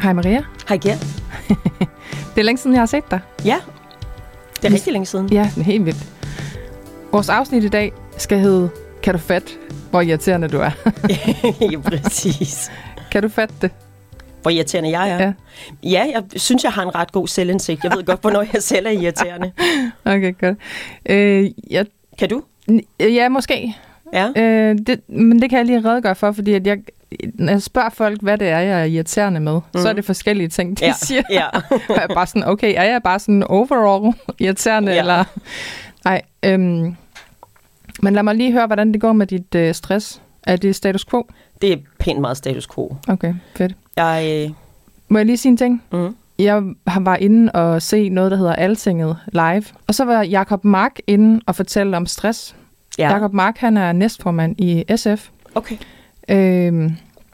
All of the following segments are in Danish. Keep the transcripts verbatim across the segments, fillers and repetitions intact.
Hej Maria. Hej Gert. Det er længe siden, jeg har set dig. Ja, det er rigtig længe siden. Ja, det er helt vildt. Vores afsnit i dag skal hedde Kan du fatte, hvor irriterende du er? Ja, præcis. Kan du fatte det? Hvor irriterende jeg er? Ja. Ja, jeg synes, jeg har en ret god selvindsigt. Jeg ved godt, hvornår jeg selv er irriterende. Okay, godt. Øh, jeg... Kan du? Ja, måske. Ja. Øh, det, men det kan jeg lige redegøre for, fordi at jeg, når jeg spørger folk, hvad det er, jeg er irriterende med, mm. så er det forskellige ting, de ja. siger. Ja. Og jeg er bare sådan, okay, er jeg bare sådan overall irriterende, ja. eller... Nej, øhm... Men lad mig lige høre, hvordan det går med dit øh, stress. Er det status quo? Det er pænt meget status quo. Okay, fedt. Jeg... Øh... Må jeg lige sige en ting? Mm. Jeg var inde og se noget, der hedder Altinget live. Og så var Jacob Mark inde og fortælle om stress. Ja. Jacob Mark, han er næstformand i S F. Okay. Øhm,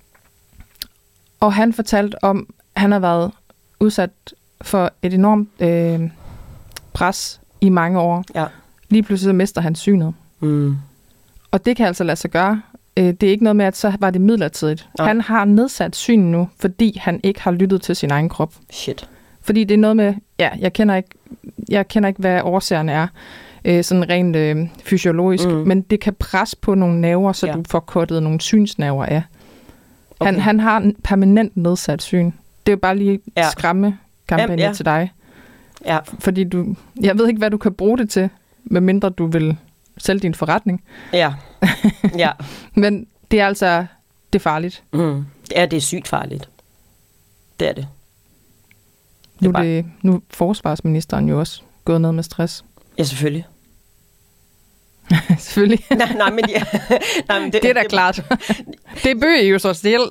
og han fortalte om, at han har været udsat for et enormt øh, pres i mange år. Ja. Lige pludselig så mister han synet. Mm. Og det kan altså lade sig gøre. Det er ikke noget med, at så var det midlertidigt. Nej. Han har nedsat syn nu, fordi han ikke har lyttet til sin egen krop. Shit. Fordi det er noget med, ja, jeg kender ikke, jeg kender ikke hvad årsagerne er, øh, sådan rent øh, fysiologisk, mm. men det kan presse på nogle nerver, så ja. du får kortet nogle synsnerver af. Okay. Han, han har en permanent nedsat syn. Det er jo bare lige ja. skræmme kampagne ja. til dig. Ja. Fordi du, jeg ved ikke, hvad du kan bruge det til, medmindre du vil sælge din forretning. Ja. Ja. Men det er altså, det er farligt. Mm. Ja, det er sygt farligt. Det er det. det nu, er bare... det, nu er forsvarsministeren jo også gået ned med stress. Ja, selvfølgelig. selvfølgelig. nej, nej, men, ja. nej, men det, det er da det, klart. det bøger jo så stille.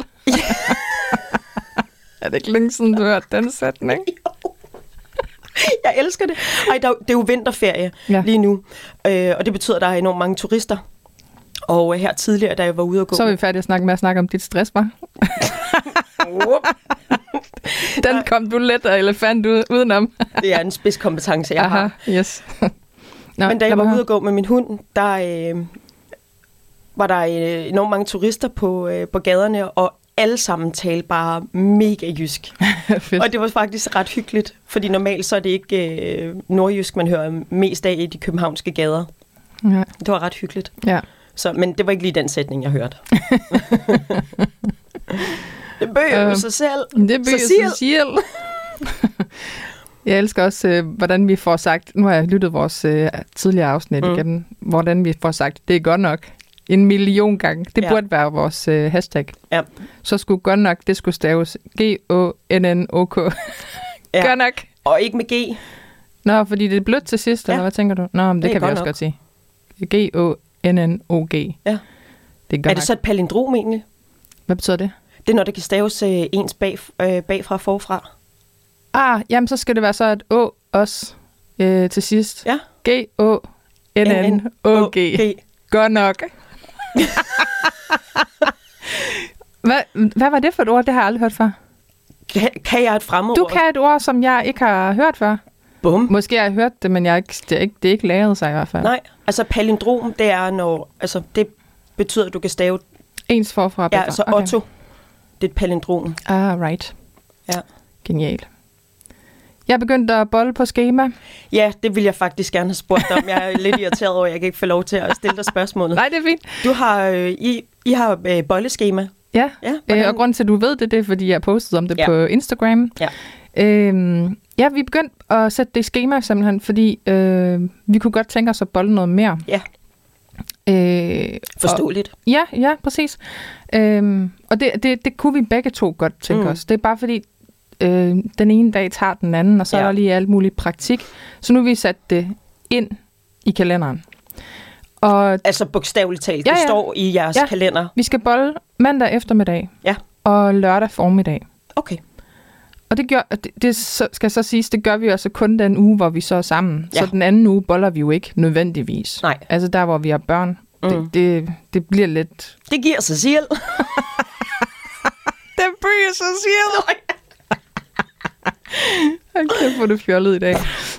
Er det ikke længe siden, du har hørt den sætning? Jeg elsker det. Ej, der, det er jo vinterferie ja. lige nu, øh, og det betyder, at der er enormt mange turister. Og her tidligere, da jeg var ude at gå... Så er vi færdige at snakke med at snakke om dit stress, var? Den Nej. kom du let og elefant ud, udenom. Det er en spidskompetence, jeg Aha, har. Yes. Nå, Men da jeg var ude at gå med min hund, der øh, var der øh, enormt mange turister på, øh, på gaderne, og alle sammen talte bare mega jysk. Og det var faktisk ret hyggeligt, fordi normalt så er det ikke øh, nordjysk, man hører mest af i de københavnske gader. Ja. Det var ret hyggeligt. Ja. Så, men det var ikke lige den sætning, jeg hørte. Det bøger jo sig selv. Det bøger sig selv. Jeg elsker også, øh, hvordan vi får sagt, nu har jeg lyttet vores øh, tidligere afsnit mm. igen, hvordan vi får sagt, det er godt nok. En million gange. Det ja. burde være vores øh, hashtag. Ja. Så skulle godt nok, det skulle staves G O N N O K. Ja. Godt nok. Og ikke med G. Nå, fordi det er blødt til sidst, ja. eller hvad tænker du? Nå, men det, det kan vi også nok. godt sige. G O N N O G. Ja. Det er godt er det nok. så et palindrom egentlig? Hvad betyder det? Det er, når det kan staves øh, ens bag, øh, bagfra og forfra. Ah, jamen så skal det være så et Å også øh, til sidst. Ja. G O N N O G. Godt nok. hvad, hvad var det for et ord? Det har jeg aldrig hørt før. Kan, kan jeg et fremmedord? Du kan et ord, som jeg ikke har hørt før. Bum. Måske har jeg hørt det, men jeg ikke, det, er ikke, det er ikke lavet sig i hvert fald. Nej, altså palindrom, det er når... Altså, det betyder, at du kan stave... Ens forfra. Ja, altså okay. Otto. Det er et palindrom. Ah, right. Ja. Genial. Jeg er begyndt at bolle på skema. Ja, det vil jeg faktisk gerne have spurgt om. Jeg er lidt irriteret over, at jeg kan ikke få lov til at stille dig spørgsmålet. Nej, det er fint. Du har, øh, I, I har øh, bolleskema. Ja, ja øh, og grunden til, at du ved det, det er, fordi jeg har postet om det ja. på Instagram. Ja. Øhm, ja, vi er begyndt at sætte det i skema simpelthen, fordi øh, vi kunne godt tænke os at bolle noget mere. Ja. Øh, Forståeligt. Og, ja, ja, præcis. Øh, og det, det, det kunne vi begge to godt tænke mm. os. Det er bare fordi, øh, den ene dag tager den anden, og så ja. er der lige alt muligt praktik. Så nu har vi sat det ind i kalenderen. Og, altså bogstaveligt talt, ja, ja. Det står i jeres ja. kalender. Vi skal bolle mandag eftermiddag ja. og lørdag formiddag. Okay. Og det, gør, det, det skal så siges, det gør vi altså kun den uge, hvor vi så er sammen. Ja. Så den anden uge boller vi jo ikke nødvendigvis. Nej. Altså der, hvor vi har børn. Mm. Det, det, det bliver lidt... Det giver sig selv. det bliver sig selv. Hold kæft, hvor er det fjollet i dag.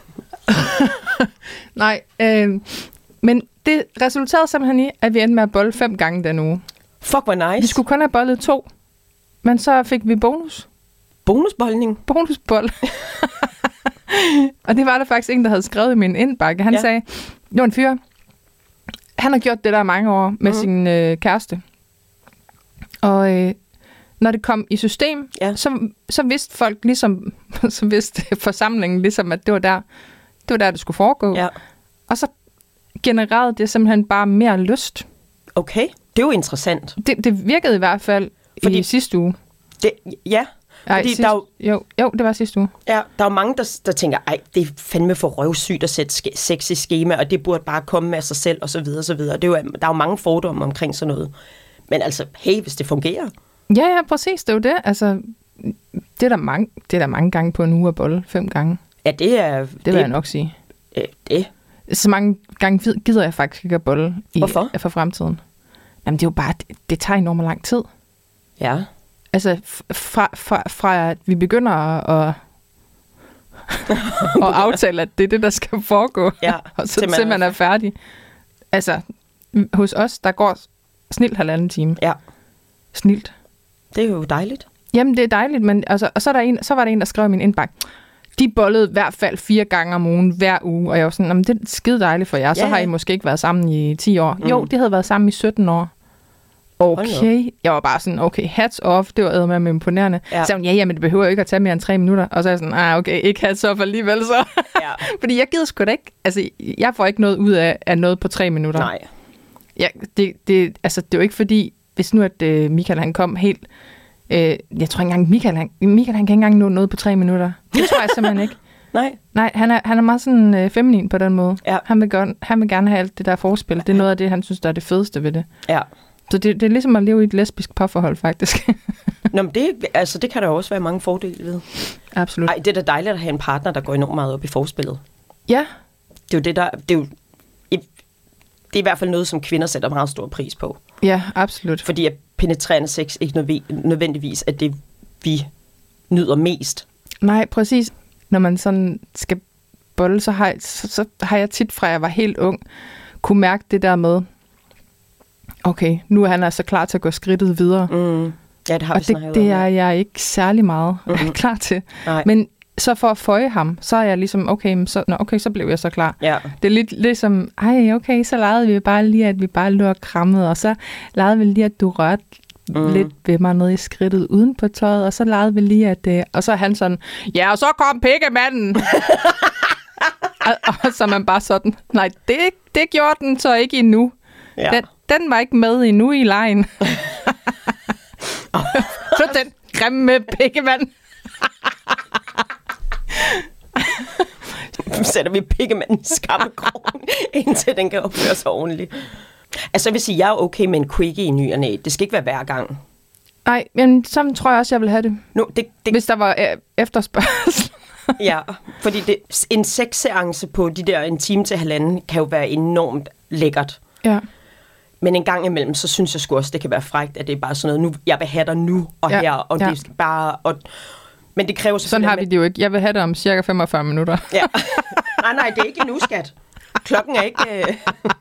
Nej, øh, men det resulterede simpelthen i, at vi endte med at bolle fem gange den uge. Fuck, hvor nice. Vi skulle kun have bollet to, men så fik vi bonus. Bonusboldning? Bonusbold. Og det var der faktisk en, der havde skrevet i min indbakke. Han ja. sagde, det var en fyr. Han har gjort det der mange år med mm. sin øh, kæreste. Og øh, når det kom i system, ja. så, så vidste folk ligesom, så vidste forsamlingen ligesom, at det var der, det var der, det skulle foregå. Ja. Og så genererede det simpelthen bare mere lyst. Okay, det er jo interessant. Det, det virkede i hvert fald Fordi, i sidste uge. Det, ja, Ej, fordi sidste, der jo, jo, jo, det var sidste uge. Ja, der er jo mange, der, der tænker, ej, det er fandme for røvsygt at sætte ske, sex i skema, og det burde bare komme af sig selv, og så videre, og så videre. Det er jo, der er jo mange fordomme omkring sådan noget. Men altså, hey, hvis det fungerer. Ja, ja, præcis, det er jo det. Altså, det er der mange, det er der mange gange på en uge at bolle, fem gange. Ja, det er... Det, det vil jeg nok sige. Øh, det. Så mange gange gider jeg faktisk ikke at bolle i, Hvorfor? For fremtiden. Jamen, det er jo bare, det, det tager enormt lang tid. Ja. Altså, fra, fra, fra at vi begynder at, at aftale, at det er det, der skal foregå, ja, og så til man er færdig. Altså, hos os, der går snilt halvanden time. Ja. Snilt. Det er jo dejligt. Jamen, det er dejligt, men altså, og så, er der en, så var der en, der skrev i min indbakke, de bollede i hvert fald fire gange om ugen, hver uge, og jeg var sådan, det er skide dejligt for jer, ja, så har I måske ikke været sammen i ti år. Mm. Jo, de havde været sammen i sytten år. Okay. Jeg var bare sådan, okay, hats off, det var eddermame imponerende. Ja. Så ja, jamen det behøver jo ikke at tage mere end tre minutter. Og så er jeg sådan, ah, okay, ikke hats off alligevel så. Ja. Fordi jeg gider sgu da ikke, altså jeg får ikke noget ud af, af noget på tre minutter. Nej. Ja, det, det, altså, det er jo ikke fordi, hvis nu at uh, Michael han kom helt, uh, jeg tror ikke engang, Michael han, Michael han kan ikke engang nå noget på tre minutter. Det tror jeg simpelthen ikke. Nej. Nej, han er, han er meget sådan uh, feminin på den måde. Ja. Han, vil gerne, han vil gerne have alt det der forspil. Det er noget af det, han synes, der er det fedeste ved det. Ja. Så det, det er ligesom at leve i et lesbisk parforhold, faktisk. Nå, men det, altså, det kan der også være mange fordele ved. Absolut. Ej, det er da dejligt at have en partner, der går enormt meget op i forspillet. Ja. Det er jo det, der... Det er, jo, det er i hvert fald noget, som kvinder sætter meget stor pris på. Ja, absolut. Fordi at penetrerende sex ikke nødvendigvis er det, vi nyder mest. Nej, præcis. Når man sådan skal bolle, så har, jeg, så, så har jeg tit fra, jeg var helt ung, kunne mærke det der med, okay, nu er han altså klar til at gå skridtet videre. Mm. Ja, det har og vi det, det er jeg ikke særlig meget mm-hmm. klar til. Nej. Men så for at føje ham, så er jeg ligesom, okay, så, nå, okay, så blev jeg så klar. Ja. Det er lidt ligesom, ej, okay, så legede vi bare lige, at vi bare lå og krammede, og så legede vi lige, at du rørte mm. lidt ved mig nede i skridtet uden på tøjet, og så legede vi lige, at det, og så er han sådan, ja, og så kom pikkemanden. og, og så er man bare sådan, nej, det, det gjorde den så ikke endnu. Ja. Den, den var ikke med endnu i lejen. Så den grimme pikkemand. Nu sætter vi pikkemanden i skammekrogen, indtil den kan opføre sig ordentligt. Altså, jeg vil sige, jeg er okay med en quickie i ny og næ. Det skal ikke være hver gang. Nej, men sådan tror jeg også, jeg vil have det. Nu, det, det... Hvis der var øh, efterspørgsel. Ja, fordi det, en sexseance på de der en time til halvanden kan jo være enormt lækkert. Ja. Men en gang imellem, så synes jeg sgu også, det kan være frækt, at det er bare sådan noget, nu, jeg vil have dig nu og ja, her, og ja. Det skal bare... Og, men det kræver sådan har vi det jo ikke. Jeg vil have det om cirka femogfyrre minutter. Ja. Nej, nej, det er ikke endnu, skat. Klokken er ikke... Øh...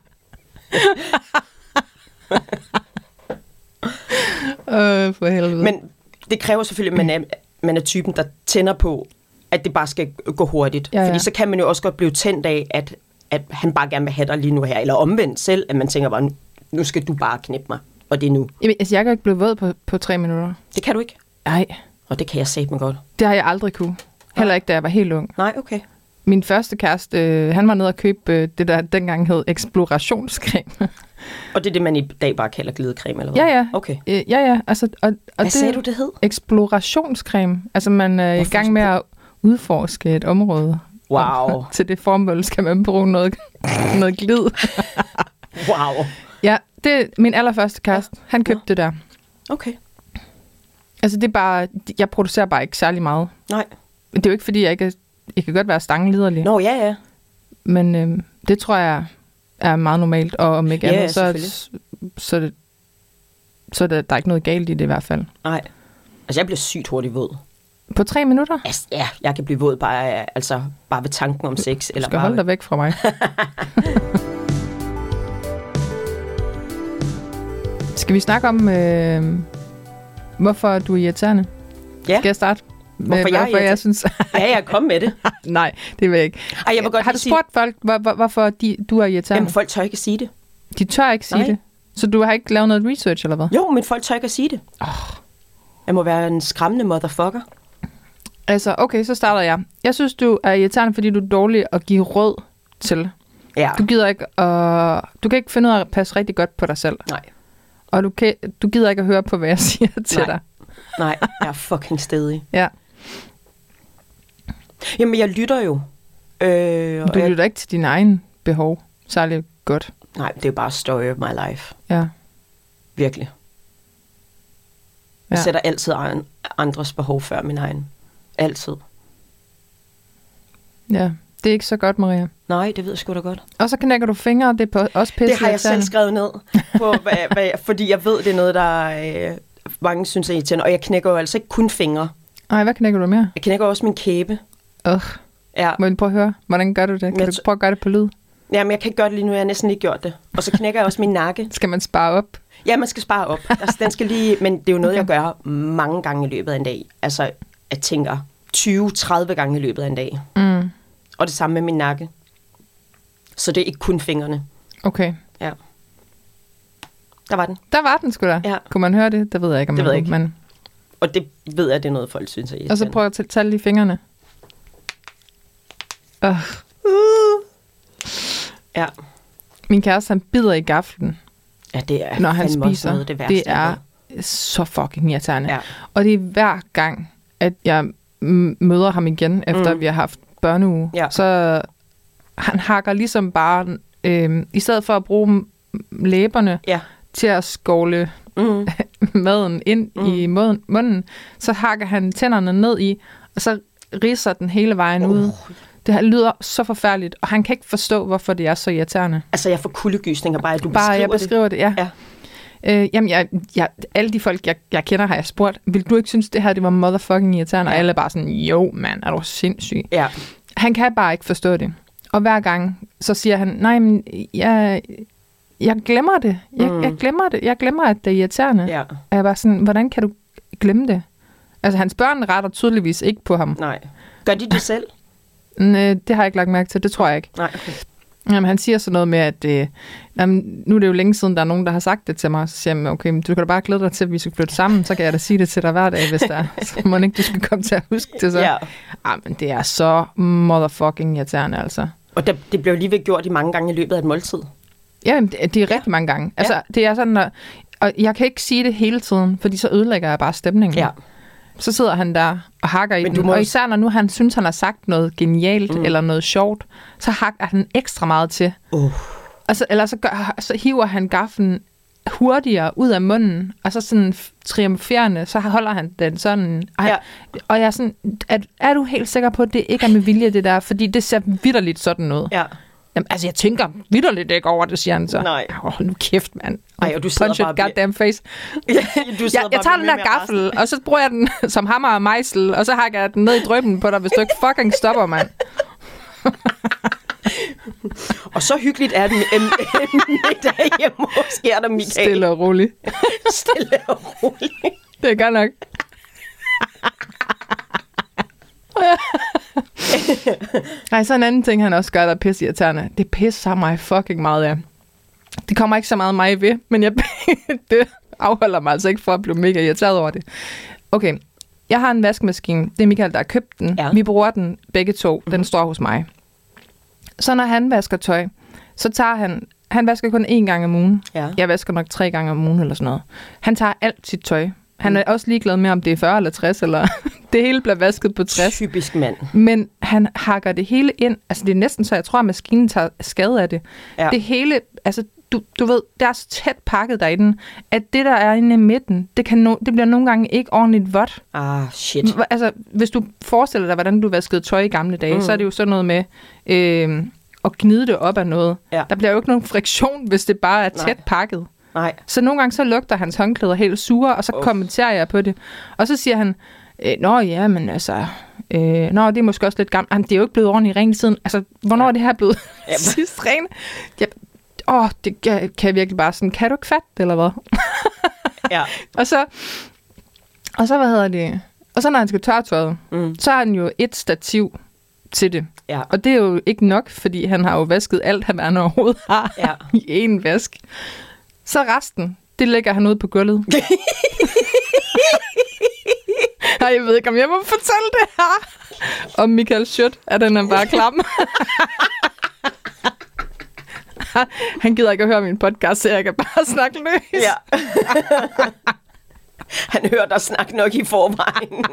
øh, for helvede. Men det kræver selvfølgelig, at man er, man er typen, der tænder på, at det bare skal gå hurtigt. Ja, ja. Fordi så kan man jo også godt blive tændt af, at, at han bare gerne vil have dig lige nu her. Eller omvendt selv, at man tænker bare, nu skal du bare knippe mig. Og det er nu. Jamen, altså, jeg kan ikke blive våd på, på tre minutter. Det kan du ikke? Nej. Og det kan jeg satme godt. Det har jeg aldrig kunne. Heller ikke, da jeg var helt ung. Nej, okay. Min første kæreste, øh, han var nede og købe øh, det, der dengang hed eksplorationscreme. Og det er det, man i dag bare kalder glidecreme, eller hvad? Ja, ja. Okay. Øh, ja, ja. Altså, og, og hvad det, sagde du, det hed? Eksplorationscreme. Altså, man er i gang med at udforske et område. Wow. Og til det formål skal man bruge noget, noget glid. Wow. Ja, det er min allerførste kæreste. Han købte ja. det der. Okay. Altså, det er bare... Jeg producerer bare ikke særlig meget. Nej. Det er jo ikke, fordi jeg ikke... Jeg kan godt være stangeliderlig. Nå, ja, ja. Men øhm, det tror jeg er meget normalt. Og om ikke ja, andet, så, så, så, det, så det, der er ikke noget galt i det i hvert fald. Nej. Altså, jeg bliver sygt hurtigt våd. På tre minutter? Altså, ja, jeg kan blive våd bare, altså, bare ved tanken om sex. Du eller skal bare holde dig væk fra mig. Skal vi snakke om, øh, hvorfor du er irriterende? Ja. Skal jeg starte? Hvorfor jeg, hvorfor jeg synes... ja, jeg kom med det. Nej, det vil jeg ikke. Ej, jeg vil godt har du spurgt sige... folk, hvor, hvor, hvorfor de, du er irriterende? Jamen, folk tør ikke at sige det. De tør ikke sige Nej. det? Så du har ikke lavet noget research, eller hvad? Jo, men folk tør ikke at sige det. Oh. Jeg må være en skræmmende motherfucker. Altså, okay, så starter jeg. Jeg synes, du er irriterende, fordi du er dårlig at give råd til. Ja. Du gider ikke at... Du kan ikke finde ud af at passe rigtig godt på dig selv. Nej. Og du, kan, du gider ikke at høre på, hvad jeg siger til Nej. dig. Nej, jeg er fucking stedig. Ja. Jamen, jeg lytter jo. Øh, du lytter jeg... ikke til dine egne behov særlig godt. Nej, det er bare story of my life. Ja. Virkelig. Jeg ja. sætter altid andres behov før min egen. Altid. Ja, det er ikke så godt, Maria. Nej, det ved jeg sgu da godt. Og så knækker du fingre, det er på, også pisse. Det har jeg selv skrevet ned, på, hvad, hvad, fordi jeg ved, det er noget, der øh, mange synes er irriterende. Og jeg knækker jo altså ikke kun fingre. Nej, hvad knækker du mere? Jeg knækker også min kæbe. Øh. Ja. Må jeg prøve at høre, hvordan gør du det? Kan men du prøve at gøre det på lyd? Jamen, jeg kan ikke gøre det lige nu. Jeg har næsten ikke gjort det. Og så knækker jeg også min nakke. Skal man spare op? Ja, man skal spare op. Altså, den skal lige... Men det er jo noget, okay. jeg gør mange gange i løbet af en dag. Altså, jeg tænker tyve til tredive gange i løbet af en dag. Mm. Og det samme med min nakke. Så det er ikke kun fingrene. Okay. Ja. Der var den. Der var den sgu da. Ja. Kunne man høre det? Det ved jeg ikke, om det man ved jeg ikke. Men... Og det ved jeg, det er noget, folk synes er irriterende. Og så prøv at tælle lige fingrene. Uh. Uh. Ja. Min kæreste, han bider i gaflen. Ja, det er når han spiser. Noget, det, værste, det er så fucking irriterende. Ja. Og det er hver gang, at jeg møder ham igen, efter mm. vi har haft børneuge, ja. så han hakker ligesom bare, øh, i stedet for at bruge læberne ja. til at skovle mm. maden ind mm. i munden, så hakker han tænderne ned i, og så ridser den hele vejen oh. ud. Det her lyder så forfærdeligt, og han kan ikke forstå, hvorfor det er så irriterende. Altså, jeg får kuldegysninger bare, at du bare, beskriver jeg beskriver det. det ja. ja. Øh, jamen, jeg, jeg, alle de folk, jeg, jeg kender, har jeg spurgt, vil du ikke synes, det her det var motherfucking irriterende? Ja. Og alle er bare sådan, jo, mand, er du sindssyg? Ja. Han kan bare ikke forstå det. Og hver gang, så siger han, nej, men jeg, jeg glemmer det. Jeg, mm. jeg glemmer det. Jeg glemmer, at det er irriterende. Ja. Og jeg er bare sådan, hvordan kan du glemme det? Altså, hans børn retter tydeligvis ikke på ham. Nej. Gør de det selv? Nej, det har jeg ikke lagt mærke til. Det tror jeg ikke. Nej, okay. Jamen, han siger sådan noget med, at øh, jamen, nu er det jo længe siden, der er nogen, der har sagt det til mig. Så siger han, okay, du kan da bare glæde dig til, at vi skal flytte sammen. Så kan jeg da sige det til dig hver dag, hvis der er. Så må ikke, du skal komme til at huske det så. Ja. Ah, men det er så motherfucking irriterende, altså. Og det, det bliver alligevel gjort i mange gange i løbet af et måltid. Ja, det, det er rigtig mange gange. Altså, ja. Det er sådan, at, og jeg kan ikke sige det hele tiden, fordi så ødelægger jeg bare stemningen. Ja. Så sidder han der og hakker i den. Må... Og især når nu han synes, han har sagt noget genialt mm. eller noget sjovt, så hakker han ekstra meget til. Uh. Altså, eller så, gør, så hiver han gaflen hurtigere ud af munden, og så sådan triumferende, så holder han den sådan. Og, ja. og jeg er sådan, er, er du helt sikker på, at det ikke er med vilje, det der? Fordi det ser vitterligt sådan ud. Ja. Jamen, altså, jeg tænker vitterligt ikke over det, siger han så. Nej. Åh, nu kæft, mand. Ej, og du sidder Punch bare... it, goddamn face. ja, du jeg, jeg tager den der gaffel, og så bruger jeg den som hammer og mejsel, og så hakker jeg den ned i drøben på dig, hvis du ikke fucking stopper, mand. Og så hyggeligt er den en middag hjemme hos Gert og Michael. Stille og roligt. Stille og roligt. Det er godt nok. Nej, så en anden ting, han også gør, der er pisse irriterende. Det pisser mig fucking meget af. Det kommer ikke så meget mig ved, men jeg, det afholder mig altså ikke for at blive mega irriteret over det. Okay, jeg har en vaskemaskine. Det er Michael, der har købt den. Ja. Vi bruger den begge to. Den mm-hmm. står hos mig. Så når han vasker tøj, så tager han... Han vasker kun én gang om ugen. Ja. Jeg vasker nok tre gange om ugen eller sådan noget. Han tager alt sit tøj. Han er også ligeglad med, om det er fyrre eller tres, eller det hele bliver vasket på tres. Typisk mand. Men han hakker det hele ind. Altså, det er næsten så, jeg tror, at maskinen tager skade af det. Ja. Det hele, altså, du, du ved, det er så tæt pakket derinde, at det, der er inde i midten, det, kan no, det bliver nogle gange ikke ordentligt vådt. Ah, shit. Altså, hvis du forestiller dig, hvordan du vaskede tøj i gamle dage, mm. så er det jo sådan noget med... Øh, og gnide det op af noget. Ja. Der bliver jo ikke nogen friktion, hvis det bare er tæt Nej. pakket. Nej. Så nogle gange så lugter hans håndklæder helt sure, og så uh. kommenterer jeg på det. Og så siger han, øh, nå ja, men altså, øh, nå, det er måske også lidt gammelt. Jamen, det er jo ikke blevet ordentligt rent siden. Altså, hvornår ja. er det her blevet ja. sidst rent? Ja, åh, det kan, kan jeg virkelig bare sådan, kan du ikke fatte det, eller hvad? ja. Og så, og så, hvad hedder det? Og så når han skal tørretøjet, mm. så har han jo et stativ til det. Ja. Og det er jo ikke nok, fordi han har jo vasket alt, han overhovedet har ja. i en vask. Så resten, det lægger han ud på gulvet. Jeg ved ikke, om jeg må fortælle det her. Om Michael Schødt, at den er bare klam. Han gider ikke at høre min podcast, så jeg kan bare snakke løs. Ja. Han hører dig snakke nok i forvejen.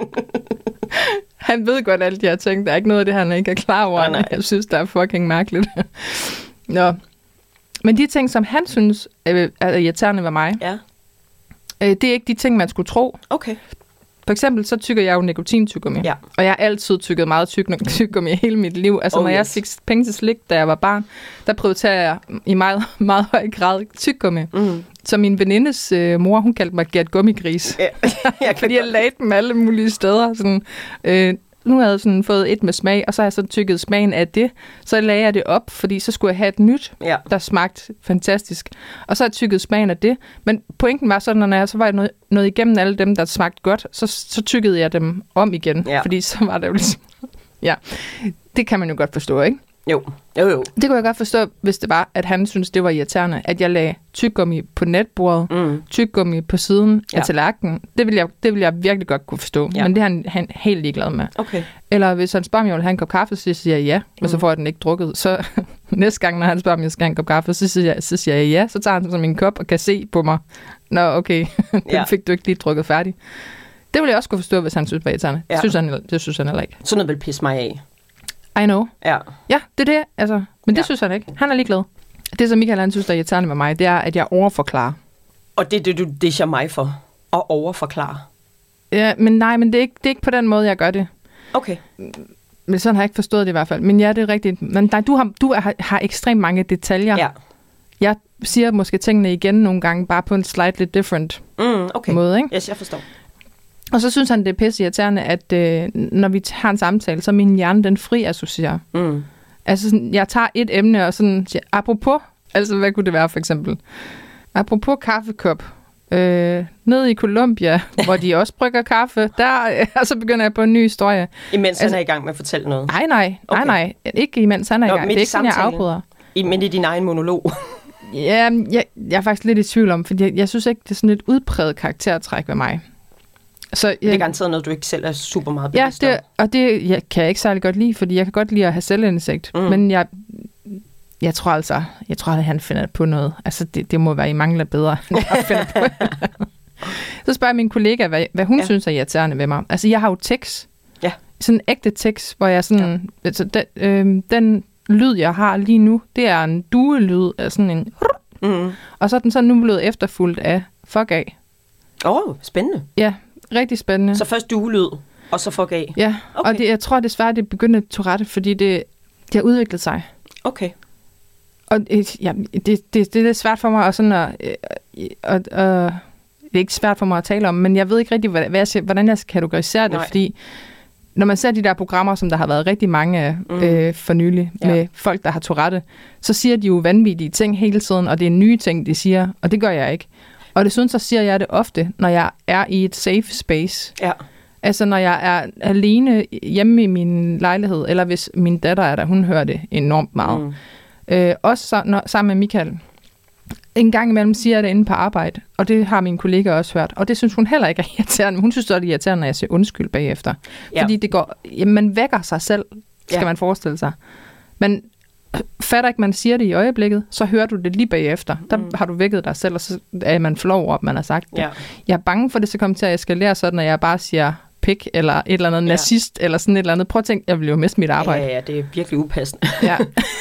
Han ved godt alt, jeg har tænkt. Der er ikke noget af det, han ikke er klar over. Oh, jeg synes, det er fucking mærkeligt. Nå. Men de ting, som han synes er irriterende ved mig, ja. det er ikke de ting, man skulle tro. Okay. For eksempel, så tykker jeg jo nikotintyggegummi. Ja. Og jeg har altid tykket meget tyggegummi hele mit liv. Altså, oh, når yes. jeg fik penge til slik, da jeg var barn, der prioriterer jeg i meget, meget høj grad tyggegummi. Mm. Så min venindes øh, mor, hun kaldte mig Gert Gummigris. Ja. jeg Fordi jeg lagde dem alle mulige steder. Sådan, øh, nu havde jeg sådan fået et med smag, og så har jeg så tykket smagen af det. Så lagde jeg det op, fordi så skulle jeg have et nyt, ja. der smagte fantastisk. Og så har jeg tykket smagen af det. Men pointen var sådan, når jeg så var jeg noget, noget igennem alle dem, der smagte godt, så, så tykkede jeg dem om igen. Ja. Fordi så var det jo ligesom... Ja, det kan man jo godt forstå, ikke? Jo, jo, jo. Det kunne jeg godt forstå, hvis det var, at han synes det var irriterende, at jeg lagde tyggegummi på netbordet, mm. tyggegummi på siden ja. af tallerkenen. Det ville jeg, det ville jeg virkelig godt kunne forstå, ja. men det er han, han helt ligeglad med. Okay. Eller hvis han spørger mig, om jeg vil have en kop kaffe, så siger jeg ja, mm. og så får jeg den ikke drukket. Så næste gang, når han spørger, om jeg skal have en kop kaffe, så siger jeg, så siger jeg ja, så tager han som en kop og kan se på mig. Nå, okay, den ja. fik du ikke lige drukket færdig. Det ville jeg også kunne forstå, hvis han synes, det var irriterende. Ja. Det, synes han, det synes han heller ikke. Sådan noget vil pisse mig af. I know. Ja. Ja, det er det, altså. Men det ja. synes han ikke. Han er ligeglad. Det, som Michael han synes, der er irriterende med mig, det er, at jeg overforklarer. Og det er det, du disher mig for. At overforklare. Ja, men nej, men det er ikke, det er ikke på den måde, jeg gør det. Okay. Men sådan har jeg ikke forstået det i hvert fald. Men ja, det er rigtigt. Men nej, du, har, du har, har ekstremt mange detaljer. Ja. Jeg siger måske tingene igen nogle gange, bare på en slightly different mm, okay. måde, ikke? Yes, jeg forstår. Og så synes han, det er pisse irriterende, at øh, når vi har en samtale, så er min hjerne, den fri associerer. Mm. Altså, sådan, jeg tager et emne og sådan siger, apropos, altså hvad kunne det være for eksempel? Apropos kaffekop, øh, nede i Colombia, hvor de også brygger kaffe, der, øh, og så begynder jeg på en ny historie. Imens altså, han er i gang med at fortælle noget? Nej, nej, okay. nej, nej, ikke imens han er Nå, i gang. Det er ikke sådan, jeg afbryder. I, men det er din egen monolog? Ja, jeg, jeg er faktisk lidt i tvivl om, fordi jeg, jeg synes ikke, det er sådan et udpræget karaktertræk ved mig. Så jeg, det er garanteret noget, du ikke selv er super meget bevidst ja, det, og det jeg, kan jeg ikke særlig godt lide, fordi jeg kan godt lide at have selvindsigt. Mm. Men jeg, jeg tror altså, jeg tror, at han finder på noget. Altså, det, det må være, I mangler bedre, end jeg finder på. Så spørger jeg min kollega, hvad, hvad hun ja. synes er irriterende ved mig. Altså, jeg har jo tekst. Ja. Sådan en ægte tekst, hvor jeg sådan... Ja. Altså, den, øh, den lyd, jeg har lige nu, det er en duelyd af sådan en... Mm. Og så er den så nu blevet efterfulgt af fuck af. Åh, oh, spændende. Ja, rigtig spændende. Så først duelyd, og så fuck af. Ja, okay. Og det, jeg tror desværre, det begyndte Tourette, fordi det, det har udviklet sig. Okay. Og ja, det, det, det er lidt svært for mig at sådan at, at, at, at... Det er ikke svært for mig at tale om, men jeg ved ikke rigtig, hvad jeg skal, hvordan jeg skal kategorisere det, Nej. fordi når man ser de der programmer, som der har været rigtig mange af mm. øh, for nylig, ja. med folk, der har Tourette, så siger de jo vanvittige ting hele tiden, og det er nye ting, de siger, og det gør jeg ikke. Og desuden så siger jeg det ofte, når jeg er i et safe space. Ja. Altså når jeg er alene hjemme i min lejlighed, eller hvis min datter er der, hun hører det enormt meget. Mm. Øh, også så, når, sammen med Michael. En gang imellem siger jeg det inde på arbejde, og det har min kollega også hørt. Og det synes hun heller ikke er irriterende. Hun synes det er irriterende, når jeg siger undskyld bagefter. Ja. Fordi det går, jamen, man vækker sig selv, skal ja. man forestille sig. Men fatter ikke, man siger det i øjeblikket, så hører du det lige bagefter. Der mm. har du vækket dig selv, og så er man flov over, at man har sagt det. Ja. Jeg er bange for, at det skal komme til at eskalere sådan, når jeg bare siger pik, eller et eller andet ja. nazist, eller sådan et eller andet. Prøv at tænke, jeg vil jo miste mit arbejde. Ja, ja, det er virkelig upassende. Ja.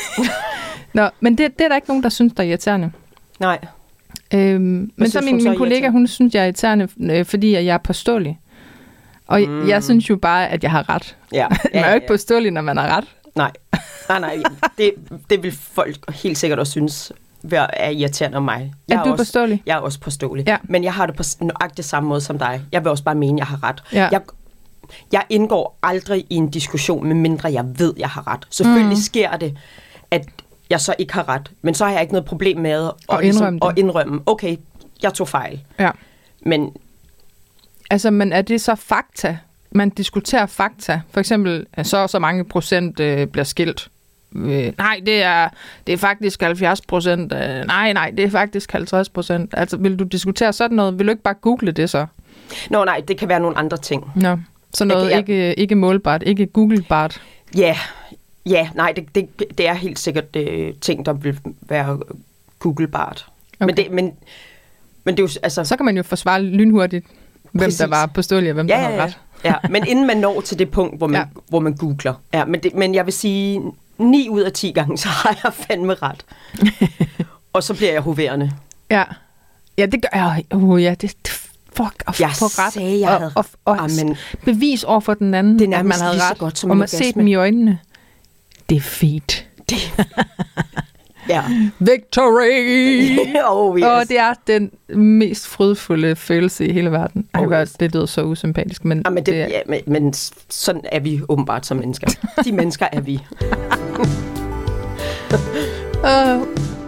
Nå, men det, det er der ikke nogen, der synes, der er irriterende. Nej. Øhm, men så min, min kollega, hun synes, jeg er irriterende, øh, fordi jeg er påståelig. Og mm. jeg, jeg synes jo bare, at jeg har ret. Ja. man ja, er jo ikke ja. påståelig, når man har ret. Nej, nej, nej. Det, det vil folk helt sikkert også synes er irriterende om mig. Jeg er du er også, påståelig? Jeg er også påståelig. Ja. Men jeg har det på nøjagtigt samme måde som dig. Jeg vil også bare mene, at jeg har ret. Ja. Jeg, jeg indgår aldrig i en diskussion, medmindre jeg ved, at jeg har ret. Selvfølgelig mm. sker det, at jeg så ikke har ret. Men så har jeg ikke noget problem med at, og indrømme, ligesom, at indrømme, okay, jeg tog fejl. Ja. Men, altså, men er det så fakta, man diskuterer fakta. For eksempel, så og så mange procent øh, bliver skilt. Øh, nej, det er, det er faktisk halvfjerds procent. Øh, nej, nej, det er faktisk halvtreds procent. Altså, vil du diskutere sådan noget? Vil du ikke bare google det så? Nå, nej, det kan være nogle andre ting. Nå, så noget jeg, ikke, ikke målbart, ikke googlebart. Ja, ja, nej, det, det, det er helt sikkert øh, ting, der vil være googlebart. Okay. Men, det, men, men det er jo, altså... Så kan man jo forsvare lynhurtigt, hvem Præcis. der var påståelig, og hvem ja, der har ret. Ja, men inden man når til det punkt, hvor man, ja. hvor man googler. Ja, men, det, men jeg vil sige, ni ud af ti gange, så har jeg fandme ret. Og så bliver jeg hoverende. Ja, ja det gør jeg. Uh, ja, det, fuck, og jeg få ret. Sagde, jeg havde, og, og, og amen, bevis over for den anden, det er at man havde ret. Godt, som og man ser dem i øjnene. Det er fint. Det ja. Victory! oh, yes. Og det er den mest frydfulde følelse i hele verden. Ej, oh, yes. Det lyder så usympatisk, men... Ja, men, det, det er... ja, men, men sådan er vi åbenbart som mennesker. De mennesker er vi. uh,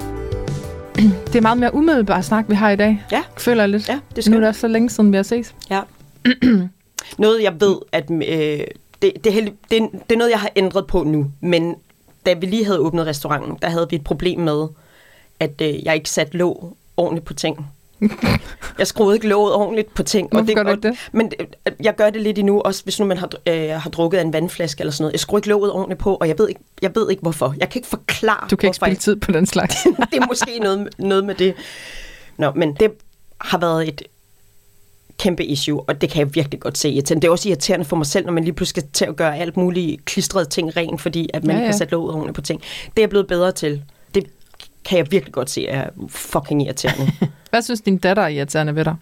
det er meget mere umiddelbart snak, vi har i dag. Ja. Føler jeg lidt. Ja, det skal nu er det så længe siden, vi har ses. Ja. Noget, jeg ved, at øh, det, det, det, det er noget, jeg har ændret på nu, men da vi lige havde åbnet restauranten, der havde vi et problem med, at øh, jeg ikke satte låg ordentligt på ting. Jeg skruede ikke låget ordentligt på ting. Hvorfor og det, gør du ikke det? Men øh, jeg gør det lidt endnu, også hvis nu man har, øh, har drukket af en vandflaske eller sådan noget. Jeg skruer ikke låget ordentligt på, og jeg ved ikke, jeg ved ikke hvorfor. Jeg kan ikke forklare, Du kan ikke spille jeg... tid på den slags. Det er måske noget, noget med det. Nå, men det har været et kæmpe issue, og det kan jeg virkelig godt se irriterende. Det er også irriterende for mig selv, når man lige pludselig skal til at gøre alt muligt klistrede ting rent, fordi at man ja, ja. ikke kan sætte låget ordentligt på ting. Det er jeg blevet bedre til. Det kan jeg virkelig godt se er fucking irriterende. Hvad synes din datter er irriterende ved dig?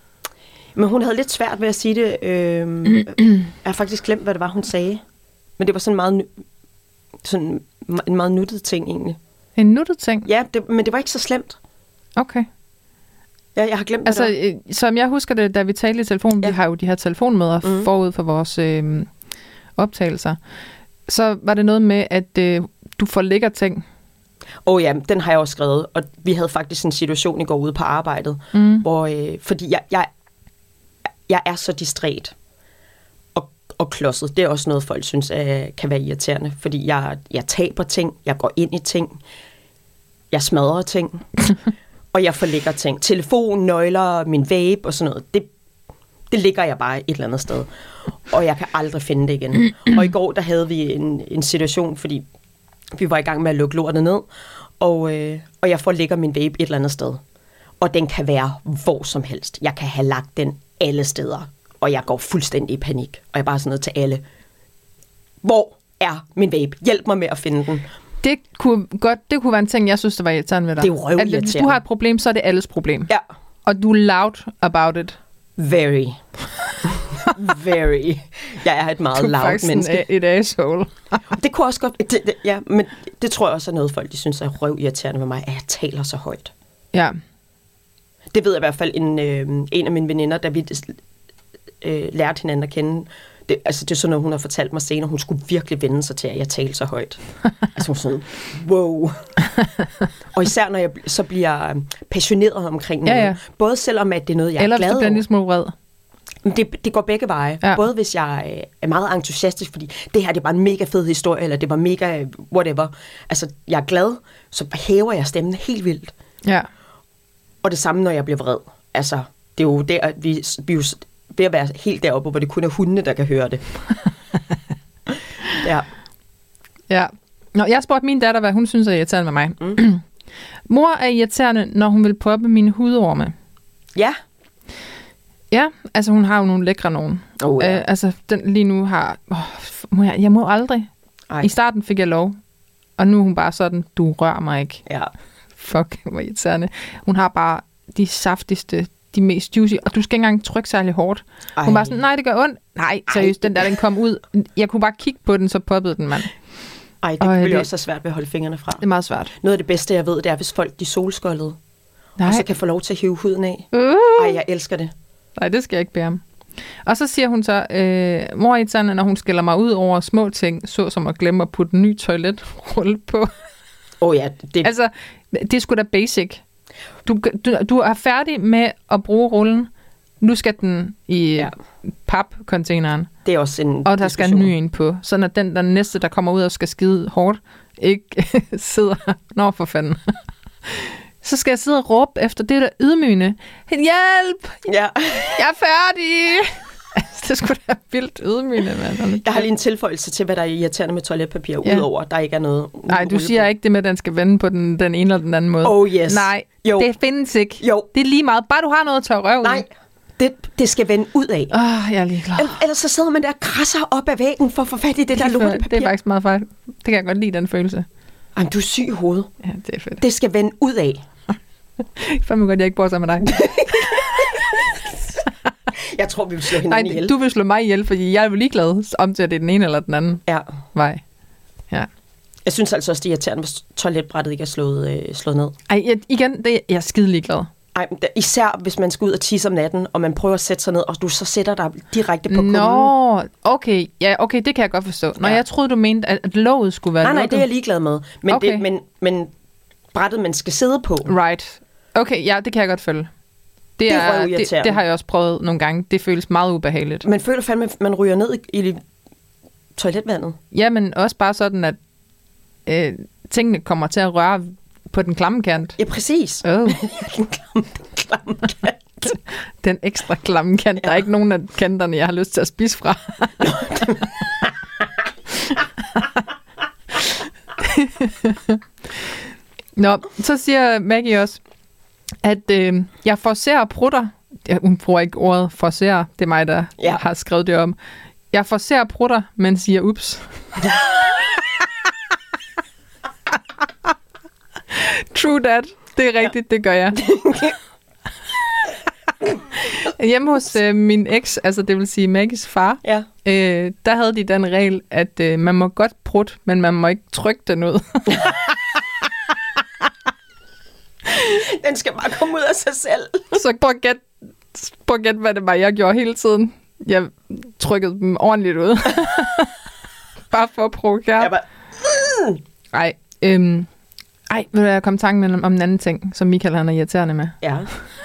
Men hun havde lidt svært ved at sige det. Øh, jeg har faktisk glemt, hvad det var, hun sagde. Men det var sådan meget sådan en meget nuttet ting egentlig. En nuttet ting? Ja, det, men det var ikke så slemt. Okay. Ja, jeg har glemt altså, det. Altså, som jeg husker det, da vi talte i telefonen, ja. vi har jo de her telefonmøder mm. forud for vores øh, optagelser, så var det noget med, at øh, du forlægger ting. Åh oh ja, den har jeg også skrevet, og vi havde faktisk en situation i går ude på arbejdet, mm. hvor, øh, fordi jeg, jeg, jeg er så distræt og, og klodset. Det er også noget, folk synes er, kan være irriterende, fordi jeg, jeg taber ting, jeg går ind i ting, jeg smadrer ting, og jeg forlægger ting. Telefon, nøgler, min vape og sådan noget, det, det ligger jeg bare et eller andet sted, og jeg kan aldrig finde det igen. Og i går, der havde vi en, en situation, fordi vi var i gang med at lukke lortet ned, og, øh, og jeg forlægger min vape et eller andet sted. Og den kan være hvor som helst. Jeg kan have lagt den alle steder, og jeg går fuldstændig i panik. Og jeg er bare sådan noget til alle. Hvor er min vape? Hjælp mig med at finde den. Det kunne, godt, det kunne være en ting, jeg synes, der var irriterende ved dig. Det er jo røvirriterende. Hvis du har et problem, så er det alles problem. Ja. Og du er loud about it. Very. Very. Jeg er et meget du er loud menneske. Du er et asshole. Det kunne også godt... Det, det, ja, men det tror jeg også er noget, folk de synes er røvirriterende med mig, at jeg taler så højt. Ja. Det ved jeg i hvert fald en, øh, en af mine veninder, da vi øh, lærte hinanden at kende. Det, altså, det er sådan noget, hun har fortalt mig senere. Hun skulle virkelig vende sig til, at jeg taler så højt. Altså hun sådan, wow. Og især når jeg så bliver passioneret omkring noget. Ja, ja. Både selvom at det er noget, jeg Eller er glad over. Eller hvis du bliver vred. Det, det går begge veje. Ja. Både hvis jeg er meget entusiastisk, fordi det her det er bare en mega fed historie, eller det var mega whatever. Altså, jeg er glad, så hæver jeg stemmen helt vildt. Ja. Og det samme, når jeg bliver vred. Altså, det er jo der, vi, vi er jo ved at være helt deroppe, hvor det kun er hundene, der kan høre det. Ja. Ja. Nå, jeg spurgte min datter, hvad hun synes er irriterende med mig. Mm. Mor er irriterende, når hun vil poppe mine hudorme. Ja. Ja, altså hun har jo nogle lækre nogen. Oh, ja. øh, altså den lige nu har... Oh, må jeg, jeg må aldrig. Ej. I starten fik jeg lov, og nu er hun bare sådan, du rører mig ikke. Ja. Fuck, hvor irriterende. Hun har bare de saftigste, de mest juicy, og du skal ikke engang trykke særlig hårdt. Ej. Hun var sådan, nej, det gør ondt. Nej, seriøst, den der, den kom ud. Jeg kunne bare kigge på den, så poppede den, mand. Ej, det ville det... også være svært ved at holde fingrene fra. Det er meget svært. Noget af det bedste, jeg ved, det er, hvis folk de solskoldede, nej. Og så kan få lov til at hive huden af. Uh. Ej, jeg elsker det. Nej, det skal jeg ikke bære om. Og så siger hun så, øh, mor i tanden, når hun skælder mig ud over små ting, så som at glemme at putte en ny toiletrulle på. Åh oh ja, det... Altså, det er sgu da basic. Du, du, du er færdig med at bruge rullen. nu skal den i ja. papcontaineren. Det er også en Og der skal en ny en på, sådan at den der næste, der kommer ud og skal skide hårdt, ikke sidder... Nå, for fanden. Så skal jeg sidde og råbe efter det der ydmygende. Hjælp! Ja. Jeg er færdig! Det skulle da vildt ydmygende, mand. Jeg har lige en tilføjelse til, hvad der er irriterende med toiletpapir, ja. Udover, at der ikke er noget... Nej, du siger på. Ikke det med, at den skal vende på den, den ene eller den anden måde. Oh yes. Nej, jo. Det findes ikke. Jo. Det er lige meget. Bare du har noget at tørre røv. Nej, det, det skal vende ud af. Åh, oh, jeg er ligeglad. Ellers så sidder man der og krasser op ad væggen for at få fat i det, det der lortepapir. Det er faktisk meget fejl. Det kan jeg godt lide, den følelse. Ej, du er syg i hovedet. Ja, det er fedt. Det skal vende ud af. Fandme godt, jeg ikke bor sammen med dig. Jeg tror, vi vil slå hinanden Nej, ihjel. Du vil slå mig ihjel, fordi jeg er jo ligeglad om til, at det er den ene eller den anden ja. vej. Ja. Jeg synes altså også, det er irriterende, hvis toiletbrættet ikke er slået, øh, slået ned. Ej, jeg, igen, det er, jeg er skide ligeglad. Ej, især hvis man skal ud og tisse om natten, og man prøver at sætte sig ned, og du så sætter dig direkte på kummen. Nå, okay. Ja, okay, det kan jeg godt forstå. Nå, ja. Jeg troede, du mente, at låget skulle være Nej, nej, lukket. det er jeg ligeglad med. Men, okay. det, men, men brættet, man skal sidde på. Right. Okay, ja, det kan jeg godt følge. Det, det, er, det, det har jeg også prøvet nogle gange. Det føles meget ubehageligt. Man føler fandme, at man ryger ned i, i toiletvandet. Ja, men også bare sådan, at øh, tingene kommer til at røre på den klamme kant. Ja, præcis. Oh. den klamme, klamme kant. Den ekstra klamme kant. Ja. Der er ikke nogen af kanterne, jeg har lyst til at spise fra. Nå, så siger Maggie også, at øh, jeg forcerer prutter. Ja, hun bruger ikke ordet forcerer. Det er mig, der ja. har skrevet det om. Jeg forcerer prutter, men siger ups. True that. Det er rigtigt, det gør jeg. Hjemme hos øh, min eks, altså det vil sige Maggies far, ja. øh, der havde de den regel, at øh, man må godt prutte, men man må ikke trykke den ud. Den skal bare komme ud af sig selv. Så prøv at gætte, prøv at gætte, hvad det var, jeg gjorde hele tiden. Jeg trykkede dem ordentligt ud. Bare for at provokere. Jeg bare... Mm. Ej, øhm, ej, vil jeg komme i tanke med om en anden ting, som Michael han er irriterende med. Ja.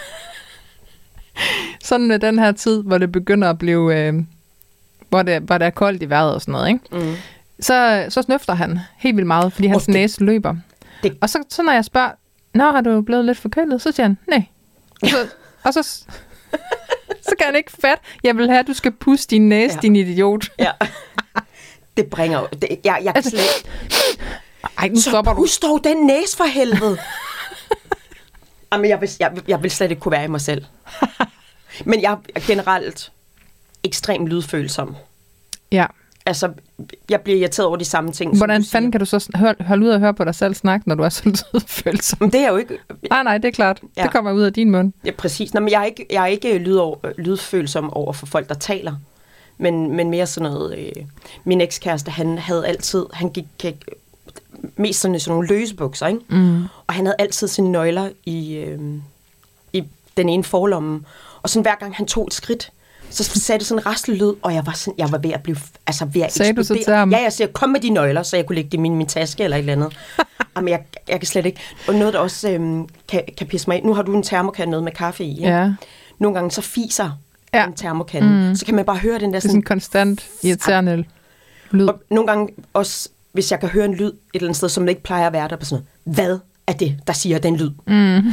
Sådan med den her tid, hvor det begynder at blive, øh, hvor, det, hvor det er koldt i vejret og sådan noget, ikke? Mm. Så, så snøfter han helt vildt meget, fordi hans oh, næse løber. Det... Og så, så når jeg spørger, nå, har du blevet lidt forkølet? Så siger han, nej. Og så, og så, så kan han ikke fatte, jeg vil have, at du skal puste din næse, ja. Din idiot. Ja. Det bringer det, jeg, jeg altså, slet... Ej, nu så pust dog den næse for helvede. Jamen, jeg vil, jeg, jeg vil slet ikke kunne være i mig selv. Men jeg er generelt ekstremt lydfølsom. Ja. Altså, jeg bliver irriteret over de samme ting. Hvordan fanden kan du så høre, holde ud og høre på dig selv snakke, når du er så lydfølsom? Men det er jo ikke... Nej, nej, det er klart. Ja. Det kommer ud af din mund. Ja, præcis. Nå, men jeg er ikke, jeg er ikke lyd lydfølsom over for folk, der taler. Men, men mere sådan noget... Øh, min ekskæreste, han havde altid... Han gik... gik mest sådan, sådan nogle løse bukser, ikke? Mm. Og han havde altid sine nøgler i, øh, i den ene forlomme. Og sådan hver gang han tog et skridt, så sagde det sådan en rastlelyd, og jeg var sådan, jeg var ved at blive, altså ved at sagde eksplodere. Du så til ham? Ja, jeg siger, kom med de nøgler, så jeg kunne lægge dem i min, min taske eller et eller andet. Jamen, jeg, jeg kan slet ikke. Og noget, der også øh, kan, kan pisse mig ind. Nu har du en termokande noget med kaffe i, ikke? Ja. Nogle gange så fiser ja. en termokande. Mm. Så kan man bare høre den der sådan... Det er sådan en konstant irriterende lyd. Og nogle gange også... Hvis jeg kan høre en lyd et eller andet sted, som ikke plejer at være der på sådan noget. Hvad er det, der siger den lyd? Mm.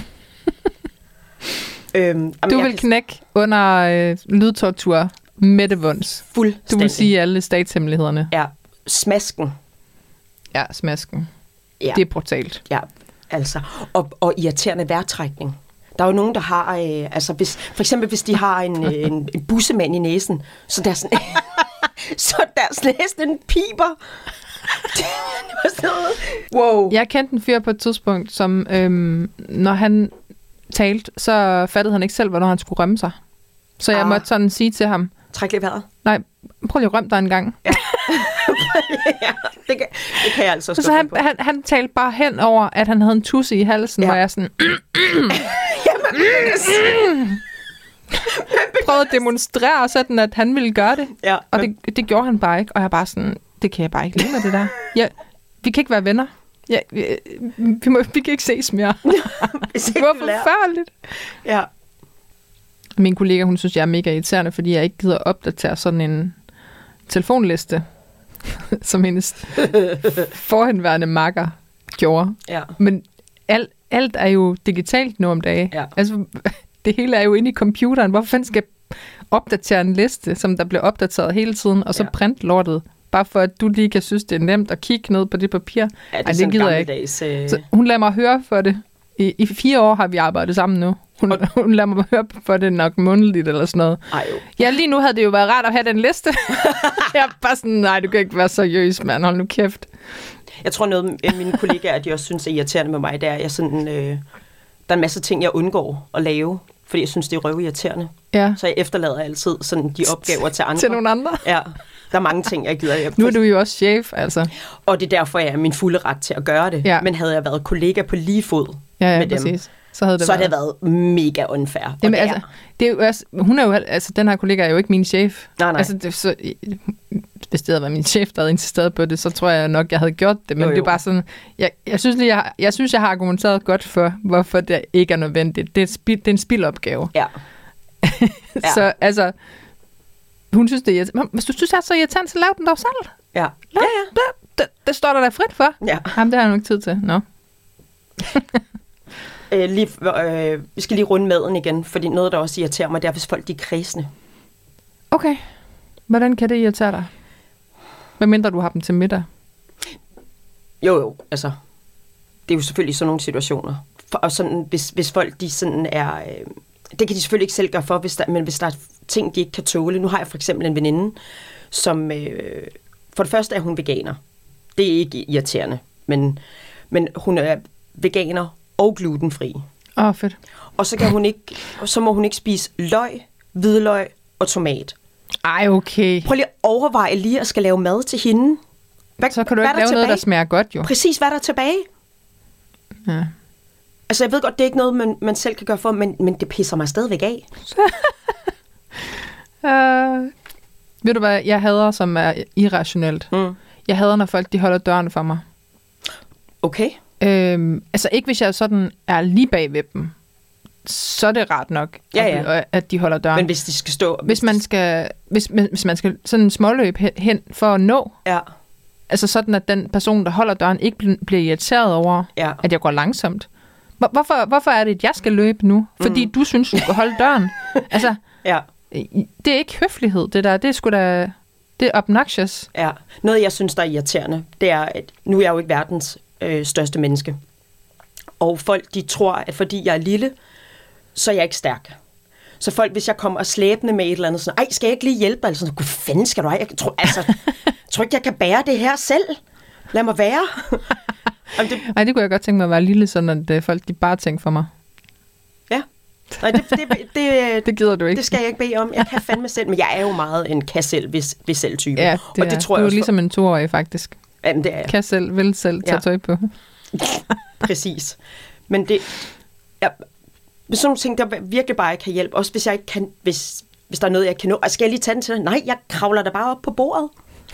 øhm, du vil kan... knække under øh, lydtortur med det vunds. Fuldstændig. Du vil sige alle statshemmelighederne. Ja, smasken. Ja, smasken. Ja. Det er brutalt. Ja, altså. Og, og irriterende vejrtrækning. Der er jo nogen, der har... Øh, altså, hvis, for eksempel, hvis de har en, en, en bussemand i næsen, så der sådan... så deres næse, den piber. Det var sådan noget. Wow. Jeg kendte en fyr på et tidspunkt, som øhm, når han talte, så fattede han ikke selv, hvornår han skulle rømme sig. Så jeg ah. måtte sådan sige til ham... Træk lidt vejret. Nej, prøv lige at rømme dig en gang. Ja. ja, det, kan, det kan jeg altså stå så han, på. Han, han talte bare hen over, at han havde en tusse i halsen, ja. Hvor jeg sådan... Jamen, prøvede at demonstrere sådan, at han ville gøre det. Ja, og det, det gjorde han bare ikke. Og jeg bare sådan, det kan jeg bare ikke lide med det der. Ja, vi kan ikke være venner. Ja, vi, vi, må, vi kan ikke ses mere. Det var forfærdeligt. Ja. Min kollega, hun synes, jeg er mega irriterende, fordi jeg ikke gider opdatere sådan en telefonliste, som hendes forhenværende makker gjorde. Ja. Men alt, alt er jo digitalt nu om dagen. Ja. Altså, det hele er jo inde i computeren. Hvorfor fanden skal jeg opdatere en liste, som der bliver opdateret hele tiden, og så ja. print lortet? Bare for, at du lige kan synes, det er nemt at kigge ned på det papir. Ja, det er Ej, det gider jeg ikke. Øh... Så hun lader mig høre for det. I, I fire år har vi arbejdet sammen nu. Hun, og... hun lader mig høre for det nok månedligt eller sådan noget. Ej, jo. Ja, lige nu havde det jo været rart at have den liste. Jeg er bare sådan, nej, du kan ikke være seriøs, mand. Hold nu kæft. Jeg tror noget af mine kollegaer, de også synes er irriterende med mig, det er, jeg sådan, øh, der er en masse ting, jeg undgår at lave, fordi jeg synes, det er røvirriterende. Ja. Så jeg efterlader altid sådan de opgaver til andre. Til nogle andre? Ja. Der er mange ting, jeg gider. Jeg nu er du jo også chef, altså. Og det er derfor, jeg er min fulde ret til at gøre det. Ja. Men havde jeg været kollega på lige fod ja, ja, med dem, præcis. så havde det så været, det været mega unfair. Jamen, altså, det er jo også, hun er jo, altså, den her kollega er jo ikke min chef. Nej, nej. Altså, det, så, hvis det havde været min chef, der havde insisteret på det, så tror jeg nok, jeg havde gjort det. Men jo, jo. Det er bare sådan, jeg, jeg, synes, lige, jeg, jeg synes, jeg har argumenteret godt for, hvorfor det ikke er nødvendigt. Det er, spil, det er en spildopgave. Ja. ja. Så altså, hun synes, det er irriterende. Hvis du synes, det er så irriterende, så lav den dog selv. Ja. ja, ja. Det, det, det står der da frit for. Ja. Jamen, det har jeg nok tid til. Nå. øh, lige, øh, vi skal lige runde maden igen, fordi noget, der også irriterer mig, det er, hvis folk de er kredsende. Okay. Hvordan kan det irritere dig? Hvad mindre du har dem til middag? Jo, jo. Altså, det er jo selvfølgelig sådan nogle situationer. For, og sådan, hvis, hvis folk de sådan er... Øh, det kan de selvfølgelig ikke selv gøre for, hvis der, men hvis der er ting, de ikke kan tåle. Nu har jeg for eksempel en veninde, som... Øh, for det første er hun veganer. Det er ikke irriterende, men, men hun er veganer og glutenfri. Åh, oh, fedt. Og så, kan hun ikke, så må hun ikke spise løg, hvidløg og tomat. Ej, okay. Prøv lige at overveje lige at skal lave mad til hende. Hvad, så kan du ikke lave tilbage? Noget, der smager godt, jo. Præcis, hvad der er tilbage. Ja. Altså, jeg ved godt, det er ikke noget, man, man selv kan gøre for, men, men det pisser mig stadigvæk af. uh, ved du hvad, jeg hader, som er irrationelt. Mm. Jeg hader, når folk de holder døren for mig. Okay. Øhm, altså, ikke hvis jeg sådan er lige bag ved dem. Så er det rart nok, ja, ja. At, at de holder døren. Men hvis de skal stå... Hvis man skal, hvis, hvis man skal sådan en småløb hen for at nå... Ja. Altså sådan, at den person, der holder døren, ikke bliver irriteret over, ja. At jeg går langsomt. Hvorfor, hvorfor er det, at jeg skal løbe nu? Fordi mm. du synes, du skal holde døren. Altså, ja. Det er ikke høflighed, det der. Det er sgu da... Det er obnoxious. Ja. Noget, jeg synes, der er irriterende, det er, at nu er jeg jo ikke verdens øh, største menneske. Og folk, de tror, at fordi jeg er lille, så er jeg ikke stærk. Så folk, hvis jeg kommer og slæbende med et eller andet, sådan, ej, skal jeg ikke lige hjælpe dig? Eller sådan, gud fanden skal du ej? Jeg tror, altså, jeg tror ikke, jeg kan bære det her selv. Lad mig være. Jamen, det... Ej, det kunne jeg godt tænke mig at være lille, sådan at folk, de bare tænker for mig. Ja. Nej, det, det, det, det gider du ikke. Det skal jeg ikke bede om. Jeg kan fandme selv, men jeg er jo meget en kan selv, hvis, hvis selv type. Ja, det og det er. tror du jeg er også ligesom en toårig, faktisk. Jamen, det er jeg. Kan selv, vil selv, tage ja. Tøj på. Præcis. Men det... Ja, hvis sådan nogle ting, der virkelig bare ikke kan hjælpe, også hvis jeg ikke kan, hvis, hvis der er noget, jeg kan nå. Altså, skal jeg lige tage den til dig? Nej, jeg kravler da bare op på bordet.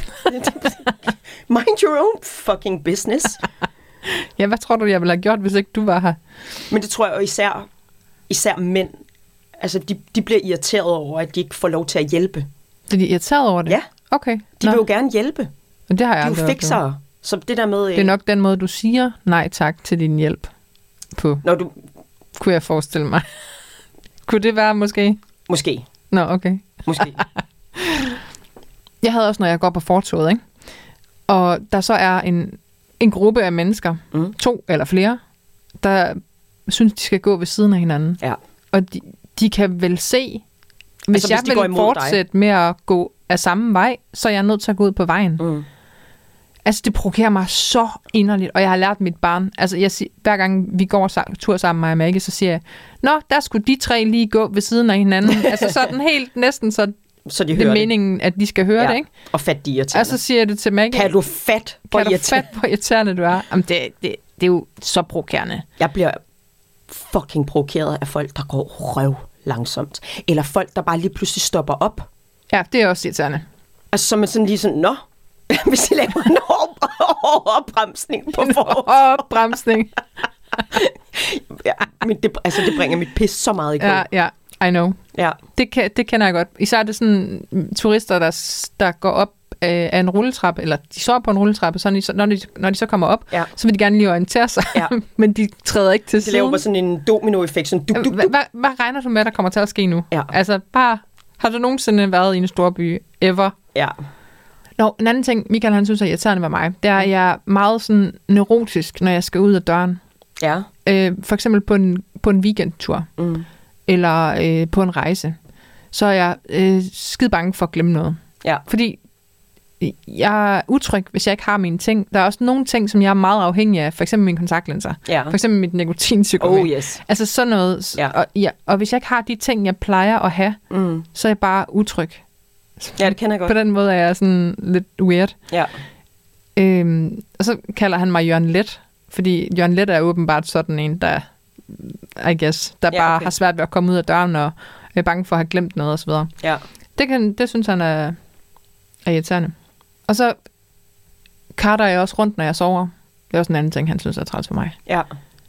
Mind your own fucking business. Ja, hvad tror du, jeg ville have gjort, hvis ikke du var her? Men det tror jeg jo især, især mænd, altså de, de bliver irriteret over, at de ikke får lov til at hjælpe. Er de irriteret over det? Ja. Okay. De Nå. vil jo gerne hjælpe. Men det har jeg de er jo fiksere. Så det der med... Det er nok den måde, du siger nej tak til din hjælp på. Når du... Kunne jeg forestille mig. Kunne det være måske? Måske. Nå, okay. Måske. Jeg havde også, når jeg går på fortoget, ikke? Og der så er en, en gruppe af mennesker, mm. to eller flere, der synes, de skal gå ved siden af hinanden. Ja. Og de, de kan vel se, hvis, altså, jeg hvis vil fortsætte dig. med at gå af samme vej, så er jeg nødt til at gå ud på vejen. Mm. Altså, det provokerer mig så inderligt, og jeg har lært mit barn, altså, jeg siger, hver gang vi går sammen, tur sammen med mig, så siger jeg, nå, der skulle de tre lige gå ved siden af hinanden. Altså, sådan helt næsten, så, så de det er meningen, at de skal høre ja. det, ikke? Og fat de irriterende. Og så siger jeg det til Maggie. Kan du fat, hvor kan irriterende? Kan du fat, hvor irriterende du er? Jamen, det, det, det er jo så provokerende. Jeg bliver fucking provokeret af folk, der går røv langsomt. Eller folk, der bare lige pludselig stopper op. Ja, det er også irriterende. Altså, så man sådan lige sådan, nå, hvis de laver en opbremsning på forhånd. Opbremsning. Ja, men det, altså, det bringer mit pis så meget i kog. Ja, ja. I know. Ja. Det, kan, det kender jeg godt. Især er det sådan turister, der, der går op af en rulletrappe, eller de sover på en rulletrappe, så når de, når de så kommer op, ja. så vil de gerne lige orientere sig, ja. men de træder ikke til det siden. Det laver bare sådan en dominoeffekt. Sådan duk, duk, duk. Hvad, hvad regner du med, der kommer til at ske nu? Ja. Altså bare, har du nogensinde været i en storby ever? Ja. Nå, en anden ting, Michael han synes er irriterende ved mig, det er, at jeg er meget sådan neurotisk, når jeg skal ud af døren. Ja. Øh, for eksempel på en, på en weekendtur, mm. eller øh, på en rejse, så er jeg øh, skide bange for at glemme noget. Ja. Fordi jeg er utryg, hvis jeg ikke har mine ting. Der er også nogle ting, som jeg er meget afhængig af, for eksempel mine kontaktlinser, ja. for eksempel mit nikotintyggegummi. Oh, yes. Altså sådan noget. Ja. Og, ja, og hvis jeg ikke har de ting, jeg plejer at have, mm. så er jeg bare utryg. Ja, det kender jeg godt. På den måde er jeg sådan lidt weird. Ja. Øhm, og så kalder han mig Jørgen Let, fordi Jørgen Let er åbenbart sådan en, der, I guess, der ja, bare okay. har svært ved at komme ud af døren, og er bange for at have glemt noget osv. Ja. Det, kan, det synes han er, er irriterende. Og så karter jeg også rundt, når jeg sover. Det er også en anden ting, han synes er træls for mig. Ja.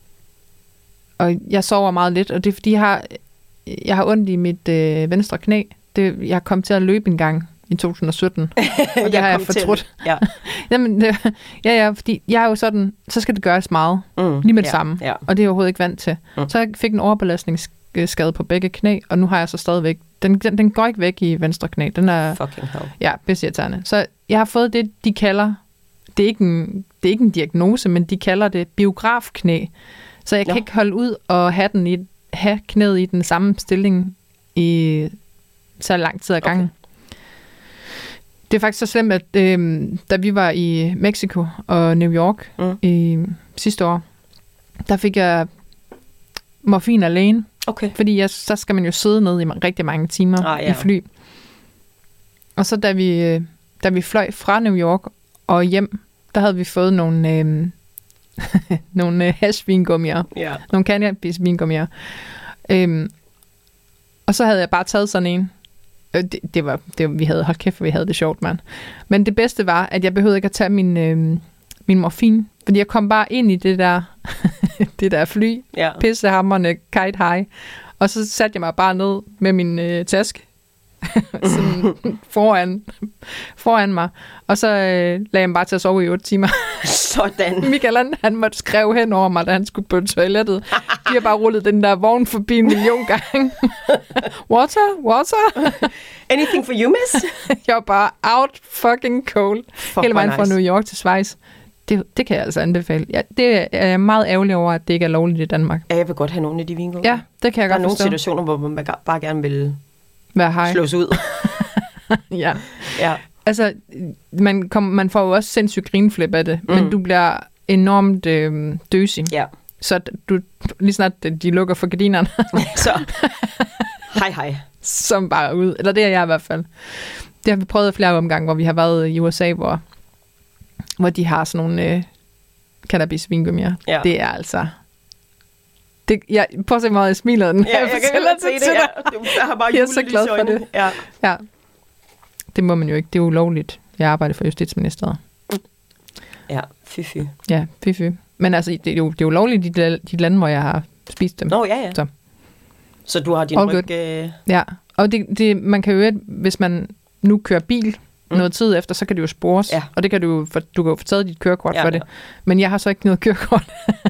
Og jeg sover meget lidt, og det er fordi, jeg har, jeg har ondt i mit øh, venstre knæ. Det, jeg kom til at løbe en gang i to tusind og sytten, og det jeg har jeg fortrudt. Ja. Jamen, det, ja, ja, fordi jeg er jo sådan, så skal det gøres meget, mm, lige med det ja, samme, ja. Og det er jeg overhovedet ikke vant til. Mm. Så jeg fik en overbelastningsskade på begge knæ, og nu har jeg så stadigvæk, den, den, den går ikke væk i venstre knæ. Den er, fucking hell. Ja, besirriterende. Så jeg har fået det, de kalder, det er ikke en, det er ikke en diagnose, men de kalder det biografknæ. Så jeg kan ja. ikke holde ud og have, den i, have knæet i den samme stilling i så lang tid ad gangen. Okay. Det er faktisk så slemt, at øh, da vi var i Mexico og New York mm. i sidste år, der fik jeg morfin alene. Okay. Fordi jeg, så skal man jo sidde ned i rigtig mange timer ah, ja. i fly. Og så da vi, da vi fløj fra New York og hjem, der havde vi fået nogle, øh, nogle hash-vingummier. Yeah. Nogle cannabis-vingummier. Øhm, og så havde jeg bare taget sådan en. Det, det var, det, vi havde, hold kæft, vi havde det sjovt, mand. Men det bedste var, at jeg behøvede ikke at tage min, øh, min morfin, fordi jeg kom bare ind i det der, det der fly, yeah. pissehamrende, kite high, og så satte jeg mig bare ned med min øh, taske sådan foran, foran mig, og så øh, lagde jeg mig bare til at sove i otte timer. Sådan. Michael, han, han måtte skrive hen over mig, da han skulle på toilettet. De har bare rullet den der vogn forbi en million gange. Water? Water? Anything for you, miss? Jeg var bare out fucking cold. Fuck, hele vejen nice. Fra New York til Schweiz. Det, det kan jeg altså anbefale. Ja, det er jeg meget ærgerlig over, at det ikke er lovligt i Danmark. Ja, jeg vil godt have nogle af de vingummier. Ja, det kan jeg der godt forstå. Der er nogle situationer, hvor man bare gerne vil være slås ud. ja. ja. Altså, man, kom, man får jo også sindssygt grinflip af det, mm. men du bliver enormt øh, døsig. Ja. Så du, lige snart de lukker for gardinerne. så, hej hej. Som bare ud. Eller det er jeg i hvert fald. Det har vi prøvet flere omgange, hvor vi har været i U S A, hvor, hvor de har sådan nogle øh, cannabis-vingummier. Ja. Det er altså... Det, jeg, prøv at se meget, jeg smiler den. Ja, jeg, jeg kan godt se det. Ja. Jeg har bare jeg er så glad for det. Ja. ja. Det må man jo ikke. Det er ulovligt. Jeg arbejder for Justitsministeriet. Ja, fy fy. Ja, fy fy. Men altså, det er jo, det er jo lovligt i de, de lande, hvor jeg har spist dem. Nå, ja, ja. Så, så du har din All ryg... Øh... Ja, og det, det, man kan jo, hvis man nu kører bil mm. noget tid efter, så kan det jo spores. Ja. Og det kan du, for, du kan jo få taget dit kørekort ja, for det. Ja. Men jeg har så ikke noget kørekort.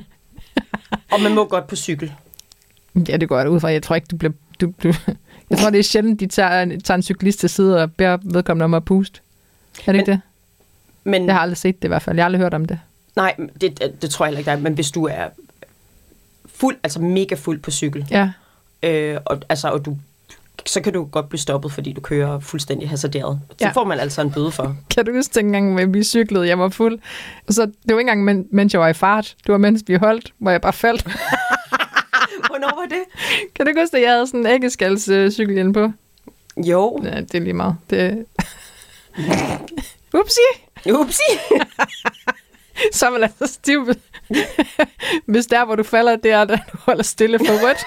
Og man må godt på cykel. Ja, det går jeg ud fra. Jeg tror ikke, du bliver... Du, du, jeg tror, det er sjældent, de tager, tager en cyklist til side og beder vedkommende om at puste. Er det men, ikke det? Men, jeg har aldrig set det i hvert fald. Jeg har aldrig hørt om det. Nej, det, det, det tror jeg ikke, der er. Men hvis du er fuld, altså mega fuld på cykel, ja. øh, og, altså, og du, så kan du godt blive stoppet, fordi du kører fuldstændig hasarderet. Så ja. får man altså en bøde for. Kan du huske dengang, hvor vi cyklede, jeg var fuld? Og så, det var ikke engang, mens jeg var i fart. Det var, mens vi holdt, hvor jeg bare faldt. Hvornår var det? Kan du ikke huske, at jeg havde sådan en æggeskals øh, cykelhjelm på? Jo. Ja, det er lige meget. Det... Upsi! Upsi! Så er man altså stiv. Hvis der, hvor du falder, det er, der du holder stille for rødt.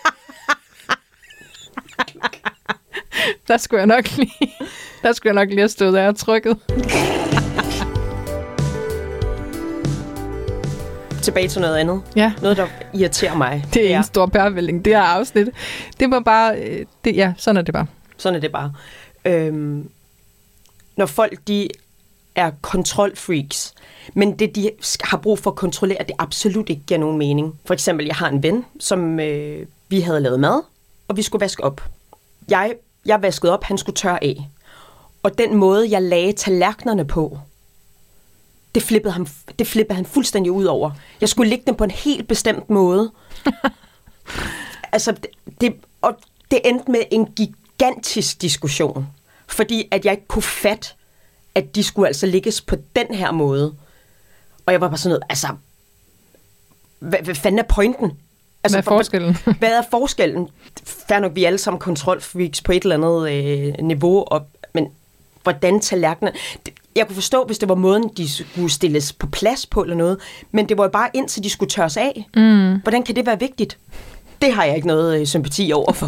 Der skulle jeg nok lige, der skulle jeg nok lige have stået der og trykket. tilbage til noget andet. Ja. Noget, der irriterer mig. Det er ja. en stor pærevælling, det her afsnit. Det var bare... Det, ja, sådan er det bare. Sådan er det bare. Øhm, når folk, de er kontrolfreaks, men det, de har brug for at kontrollere, det absolut ikke giver nogen mening. For eksempel, jeg har en ven, som øh, vi havde lavet mad, og vi skulle vaske op. Jeg, jeg vaskede op, han skulle tørre af. Og den måde, jeg lagde tallerkenerne på, det flippede, ham, det flippede han fuldstændig ud over. Jeg skulle lægge dem på en helt bestemt måde. altså, det, det, og det endte med en gigantisk diskussion. Fordi at jeg ikke kunne fatte, at de skulle altså ligges på den her måde. Og jeg var bare sådan noget, altså, hvad, hvad fanden er pointen? Altså, hvad er forskellen? Hvad, hvad er forskellen? Fair nok, vi er alle sammen kontrolfreaks på et eller andet øh, niveau, og, men hvordan tallerkener... Jeg kunne forstå, hvis det var måden, de skulle stilles på plads på eller noget, men det var jo bare indtil de skulle tørres af. Mm. Hvordan kan det være vigtigt? Det har jeg ikke noget øh, sympati over for.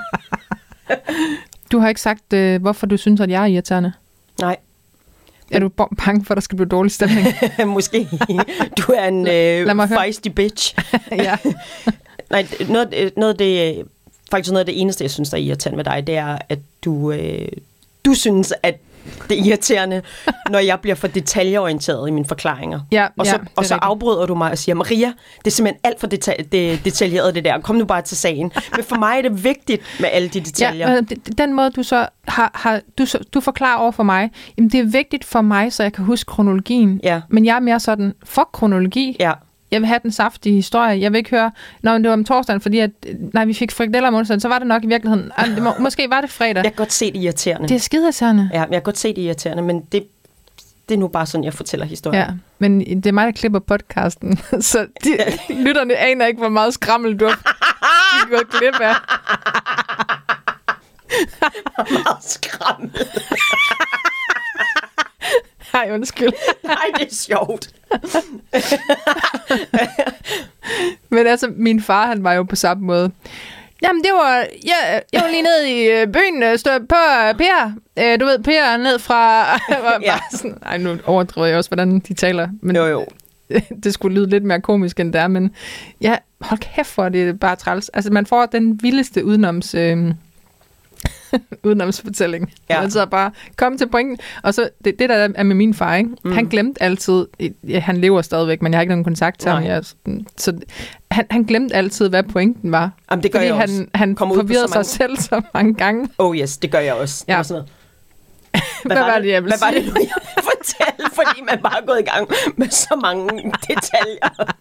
Du har ikke sagt, øh, hvorfor du synes, at jeg er irriterende? Nej. Er du bange for, at der skal blive dårlig stemning? Måske. Du er en øh, feisty bitch. Ja. Nej, noget, noget af det, faktisk noget af det eneste, jeg synes, der er irriterende med dig, det er, at du, øh, du synes, at det er irriterende, når jeg bliver for detaljeorienteret i mine forklaringer. Ja, og så, ja, og så afbryder du mig og siger, Maria, det er simpelthen alt for deta- det, detaljeret det der. Kom nu bare til sagen. Men for mig er det vigtigt med alle de detaljer. Ja, den måde, du så har, har du, du forklarer over for mig, jamen det er vigtigt for mig, så jeg kan huske kronologien. Ja. Men jeg er mere sådan, fuck kronologi. Ja. Jeg vil have den saftige historie. Jeg vil ikke høre, når det var om torsdagen, fordi at, nej, vi fik frikadeller om onsdagen, så var det nok i virkeligheden. Det må, måske var det fredag. Jeg kan godt se det irriterende. Det er skideirriterende. Ja, jeg kan godt se det irriterende, men det, det er nu bare sådan, jeg fortæller historien. Ja, men det er mig, der klipper podcasten, så de, lytterne aner ikke, hvor meget skrammel du har gået glip af. Hvor meget skrammel. Nej, undskyld. Nej, det er sjovt. Men altså, min far, han var jo på samme måde. Jamen, det var... Jeg, jeg var lige nede i byen, stod på Per. Du ved, Per ned fra... Ja. Sådan, ej, nu overdriver jeg også, hvordan de taler. Men jo, jo. Det skulle lyde lidt mere komisk, end det er, men ja, hold kæft for, det er bare træls. Altså, man får den vildeste udenoms... Øh, udenomsfortælling. Ja. Man så bare, kom til pointen. Og så, det, det der er med min far, ikke? Mm. Han glemte altid, ja, han lever stadigvæk, men jeg har ikke nogen kontakt til ham. Jeg, så han, han glemte altid, hvad pointen var. Jamen, det gør fordi jeg han, han forvirrede sig selv så mange gange. Oh yes, det gør jeg også. Ja. Det sådan hvad, hvad var det, jeg ville Hvad var det nu, jeg ville fortælle? Fordi man bare er gået i gang med så mange detaljer.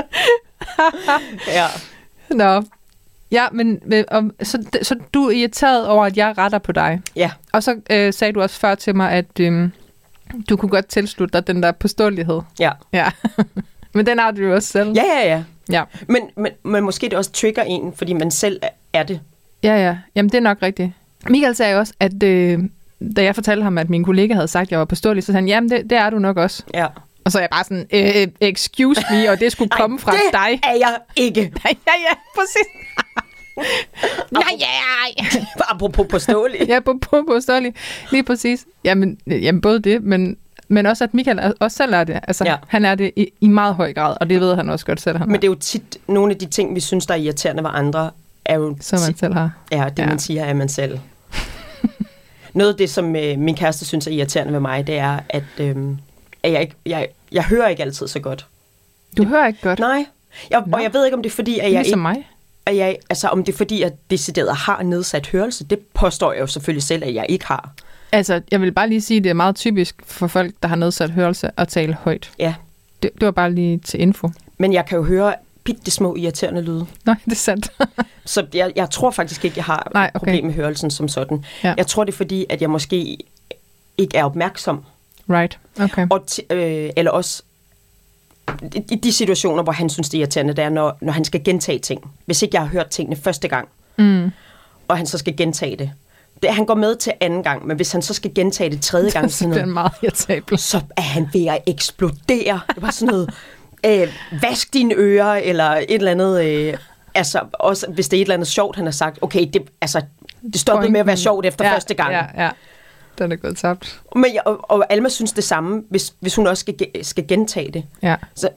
Ja. Nå. Ja, men og, så, så du er irriteret over, at jeg retter på dig. Ja. Og så øh, sagde du også før til mig, at øh, du kunne godt tilslutte dig den der påståelighed. Ja. Ja. Men den har du jo også selv. Ja, ja, ja. ja. Men, men, men måske det også trigger en, fordi man selv er det. Ja, ja. Jamen, det er nok rigtigt. Michael sagde også, at øh, da jeg fortalte ham, at min kollega havde sagt, at jeg var påståelig, så sagde han, jamen, det, det er du nok også. Ja. Og så er jeg bare sådan, øh, excuse me, og det skulle Ej, komme fra det dig. det er jeg ikke. Nej, ja, ja, præcis. Nej, ja, ja. Apropos påståelig. Ja, apropos påståelig. Lige præcis. Jamen, jamen både det, men, men også, at Michael også selv er det. Altså, ja. Han er det i, i meget høj grad, og det ved han også godt selv. Han men det er jo tit, nogle af de ting, vi synes, der er irriterende ved andre, er jo... Som man selv har. Ja, det ja. Man siger, er man selv. Noget af det, som øh, min kæreste synes er irriterende ved mig, det er, at, øh, at jeg, ikke, jeg, jeg hører ikke altid så godt. Du hører ikke godt? Nej. Jeg, og jeg ved ikke, om det er fordi, at jeg ligesom ikke... mig. At jeg, altså, om det er fordi, at decideret har nedsat hørelse, det påstår jeg jo selvfølgelig selv, at jeg ikke har. Altså, jeg vil bare lige sige, at det er meget typisk for folk, der har nedsat hørelse, at tale højt. Ja. Det, det var bare lige til info. Men jeg kan jo høre bitte små irriterende lyde. Nej, det er sandt. Så jeg, jeg tror faktisk ikke, jeg har Nej, okay. problem med hørelsen som sådan. Ja. Jeg tror, det er fordi, at jeg måske ikke er opmærksom. Right, okay. Og t- øh, eller også i de situationer, hvor han synes, det er irriterende, det er, når, når han skal gentage ting. Hvis ikke jeg har hørt tingene første gang, mm. og han så skal gentage det. det. Han går med til anden gang, men hvis han så skal gentage det tredje gang, så, det er meget irritabelt. Så er han ved at eksplodere. Det var sådan noget, øh, vask dine ører, eller et eller andet... Øh, altså, også hvis det er et eller andet sjovt, han har sagt, okay, det, altså, det stoppede med at være sjovt efter ja, første gang. Ja, ja. Den er gået tabt. Men jeg, og, og Alma synes det samme, hvis, hvis hun også skal, skal gentage det. Ja. Så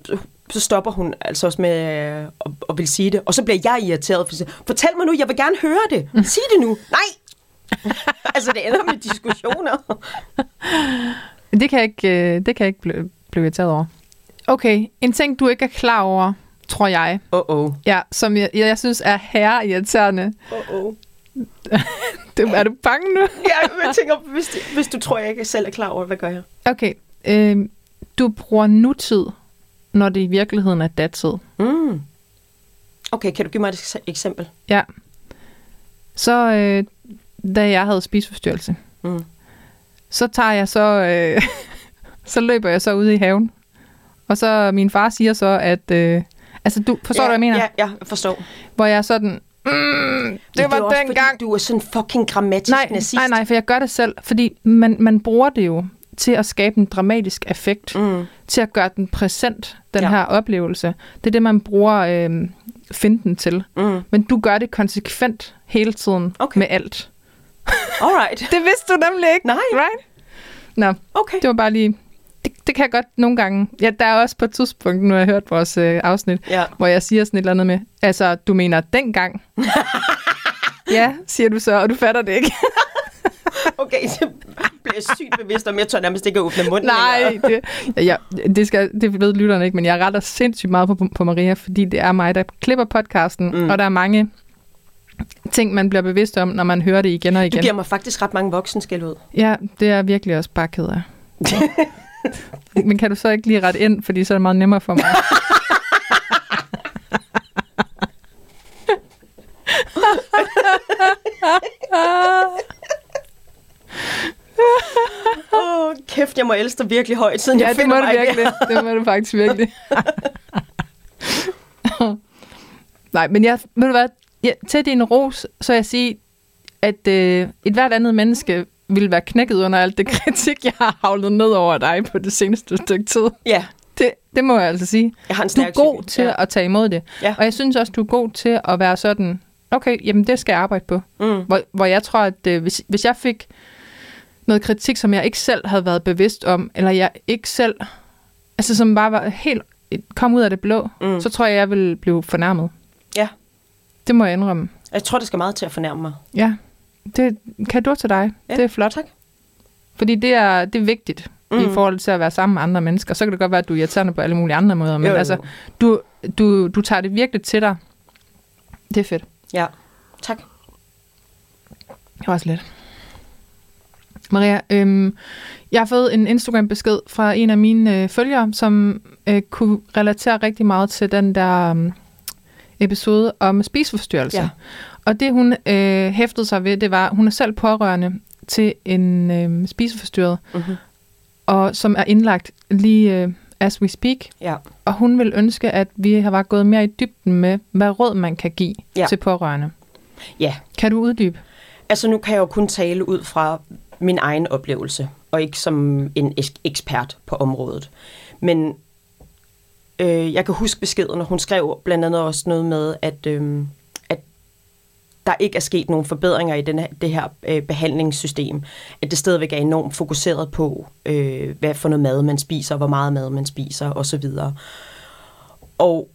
så stopper hun altså også med at, at vil sige det. Og så bliver jeg irriteret. For fortæl mig nu, jeg vil gerne høre det. Sig det nu. Nej! Altså, det ender med diskussioner. Det kan jeg ikke, det kan jeg ikke blive, blive irriteret over. Okay, en ting, du ikke er klar over, tror jeg. Uh-oh. Ja, som jeg, jeg synes er herre irriterende. Uh-oh. det, er du bange nu? Ja, jeg tænker, hvis, det, hvis du tror, jeg ikke selv er klar over, hvad gør jeg? Okay, øh, du bruger nutid, når det i virkeligheden er datid. Mm. Okay, kan du give mig et eksempel? Ja. Så øh, da jeg havde spiseforstyrrelse, mm. så tager jeg så, øh, så løber jeg så ud i haven. Og så min far siger så, at, øh, altså du, forstår ja, du, hvad jeg mener? Ja, ja, jeg forstår. Hvor jeg er sådan, mm, det, det var den gang. Du er sådan fucking grammatisk nej, nazist. Nej, nej, for jeg gør det selv, fordi man, man bruger det jo til at skabe en dramatisk effekt, mm. til at gøre den præsent, den ja. her oplevelse. Det er det, man bruger øh, finten til. Mm. Men du gør det konsekvent hele tiden okay. med alt. Alright. Det vidste du nemlig ikke. Nej. Right? Nå, okay. Det var bare lige... Det, det kan jeg godt nogle gange... Ja, der er også på et tidspunkt, nu har jeg hørt vores øh, afsnit, ja. hvor jeg siger sådan et eller andet med, altså, du mener dengang. Ja, siger du så, og du fatter det ikke. Okay, så bliver jeg sygt bevidst om, jeg tør nærmest ikke at åbne munden. Nej, det, ja, det, skal, det ved lytterne ikke, men jeg retter sindssygt meget på, på Maria, fordi det er mig, der klipper podcasten, mm. og der er mange ting, man bliver bevidst om, når man hører det igen og igen. Du giver mig faktisk ret mange voksenskæld ud. Ja, det er virkelig også bare ked af. Men kan du så ikke lige rette ind, fordi så er det meget nemmere for mig. Åh, oh, kæft, jeg må elske dig virkelig højt, siden ja, jeg finder mig virkelig. Det må du faktisk virkelig. Nej, men jeg, ved du hvad, ja, til din ros, så jeg sige, at øh, et hvert andet menneske ville være knækket under alt det kritik, jeg har havlet ned over dig på det seneste stykke tid. Ja. Det, det må jeg altså sige. Jeg har en du er god psyke. til ja. at tage imod det. Ja. Og jeg synes også, du er god til at være sådan, okay, jamen det skal jeg arbejde på. Mm. Hvor, hvor jeg tror, at øh, hvis, hvis jeg fik noget kritik, som jeg ikke selv havde været bevidst om, eller jeg ikke selv, altså som bare var helt, kom ud af det blå, mm. så tror jeg, jeg ville blive fornærmet. Ja. Det må jeg indrømme. Jeg tror, det skal meget til at fornærme mig. Ja. Det kan du til dig. Ja, det er flot. Tak. Fordi det er, det er vigtigt mm. i forhold til at være sammen med andre mennesker. Så kan det godt være, at du er irriterende på alle mulige andre måder, men jo, altså, du, du, du tager det virkelig til dig. Det er fedt. Ja, tak. Det var også lidt. Maria, øhm, jeg har fået en Instagram-besked fra en af mine øh, følgere, som øh, kunne relatere rigtig meget til den der øh, episode om spiseforstyrrelser. Ja. Og det, hun øh, hæftede sig ved, det var, hun er selv pårørende til en øh, spiseforstyrret, mm-hmm. og som er indlagt lige øh, as we speak. Ja. Og hun vil ønske, at vi har gået mere i dybden med, hvad råd man kan give ja. til pårørende. Ja. Kan du uddybe? Altså, nu kan jeg jo kun tale ud fra min egen oplevelse, og ikke som en ekspert på området. Men øh, jeg kan huske beskeden, og hun skrev blandt andet også noget med, at, øh, at der ikke er sket nogen forbedringer i den her, det her øh, behandlingssystem. At det stadigvæk er enormt fokuseret på, øh, hvad for noget mad man spiser, hvor meget mad man spiser, osv. Og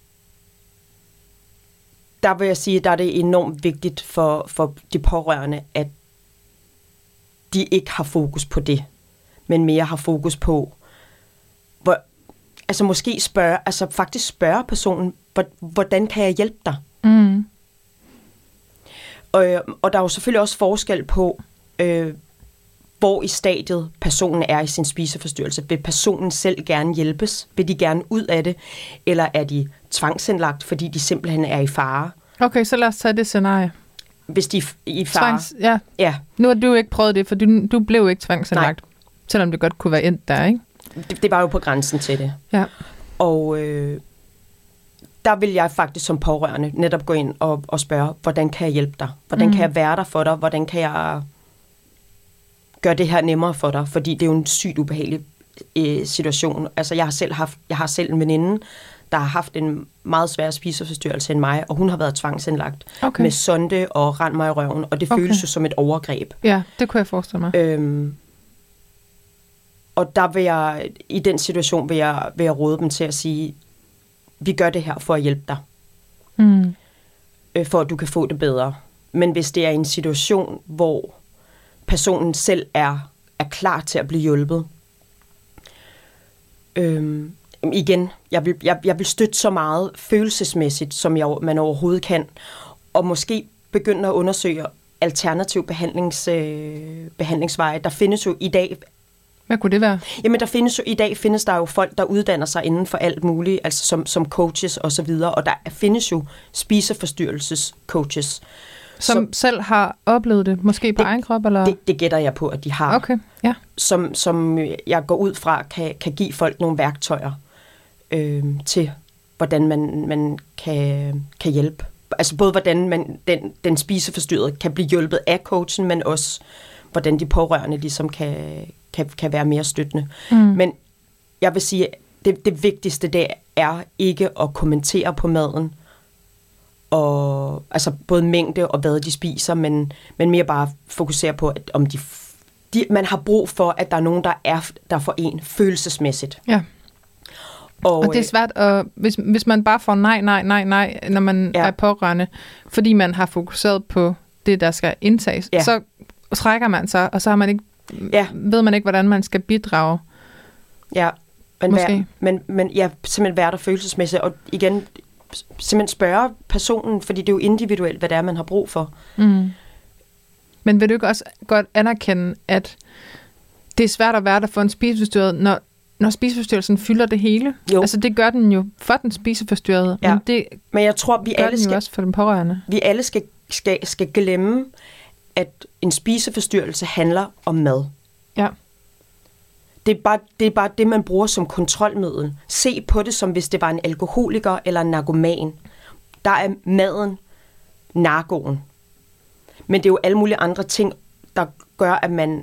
der vil jeg sige, at der er det enormt vigtigt for, for de pårørende, at de ikke har fokus på det, men mere har fokus på, hvor, altså måske spørge, altså faktisk spørge personen, hvordan kan jeg hjælpe dig? Mm. Og, og der er jo selvfølgelig også forskel på, øh, hvor i stadiet personen er i sin spiseforstyrrelse. Vil personen selv gerne hjælpes? Vil de gerne ud af det? Eller er de tvangsindlagt, fordi de simpelthen er i fare? Okay, så lad os tage det scenarie. Hvis de er i fare. Tvangs, ja. ja. Nu har du ikke prøvet det, for du, du blev ikke tvangsindlagt. Nej. Selvom det godt kunne være endt der, ikke? Det, det var jo på grænsen til det. Ja. Og øh, der vil jeg faktisk som pårørende netop gå ind og, og spørge, hvordan kan jeg hjælpe dig? Hvordan mm. kan jeg være der for dig? Hvordan kan jeg gøre det her nemmere for dig? Fordi det er jo en sygt ubehagelig øh, situation. Altså, jeg har selv haft, jeg har selv en veninde, der har haft en meget svær spiseforstyrrelse end mig, og hun har været tvangsindlagt okay. med sonde og rend mig i røven, og det okay. føles jo som et overgreb. Ja, det kunne jeg forestille mig. Øhm, og der vil jeg, i den situation vil jeg, vil jeg råde dem til at sige, vi gør det her for at hjælpe dig. Mm. Øh, for at du kan få det bedre. Men hvis det er en situation, hvor personen selv er, er klar til at blive hjulpet, øhm, igen, jeg vil, jeg, jeg vil støtte så meget følelsesmæssigt, som jeg, man overhovedet kan, og måske begynde at undersøge alternativ behandlings, øh, behandlingsveje. Der findes jo i dag... Hvad kunne det være? Jamen, der findes jo, i dag findes der jo folk, der uddanner sig inden for alt muligt, altså som, som coaches og så videre, og der findes jo spiseforstyrrelsescoaches. Som, som selv har oplevet det, måske på det, egen krop? Eller? Det, det gætter jeg på, at de har. Okay, ja. Som, som jeg går ud fra, kan, kan give folk nogle værktøjer øh, til, hvordan man, man kan, kan hjælpe. Altså både hvordan man, den, den spiseforstyrrede kan blive hjulpet af coachen, men også hvordan de pårørende ligesom kan, kan, kan være mere støttende. Mm. Men jeg vil sige, det, det vigtigste det er ikke at kommentere på maden, og altså både mængde og hvad de spiser, men, men mere bare fokusere på, at om de, de, man har brug for, at der er nogen, der er der for en følelsesmæssigt. Ja. Og, og det er svært, at, hvis, hvis man bare får nej, nej, nej, nej, når man ja. er pårørende, fordi man har fokuseret på det, der skal indtages, ja. så trækker man sig, og så har man ikke, ja. ved man ikke, hvordan man skal bidrage. Ja, men, vær, men, men ja, simpelthen være der følelsesmæssigt, og igen, simpelthen spørge personen, fordi det er jo individuelt, hvad det er, man har brug for. Mm. Men vil du ikke også godt anerkende, at det er svært at være der for en spiseforstyrret, når Når spiseforstyrrelsen fylder det hele? Jo. Altså det gør den jo for den spiseforstyrrede, ja. men det men jeg tror, vi gør alle den jo skal, også for den pårørende. Vi alle skal, skal, skal glemme, at en spiseforstyrrelse handler om mad. Ja. Det er, bare, det er bare det, man bruger som kontrolmiddel. Se på det, som hvis det var en alkoholiker eller en narkoman. Der er maden narkoen. Men det er jo alle mulige andre ting, der gør, at man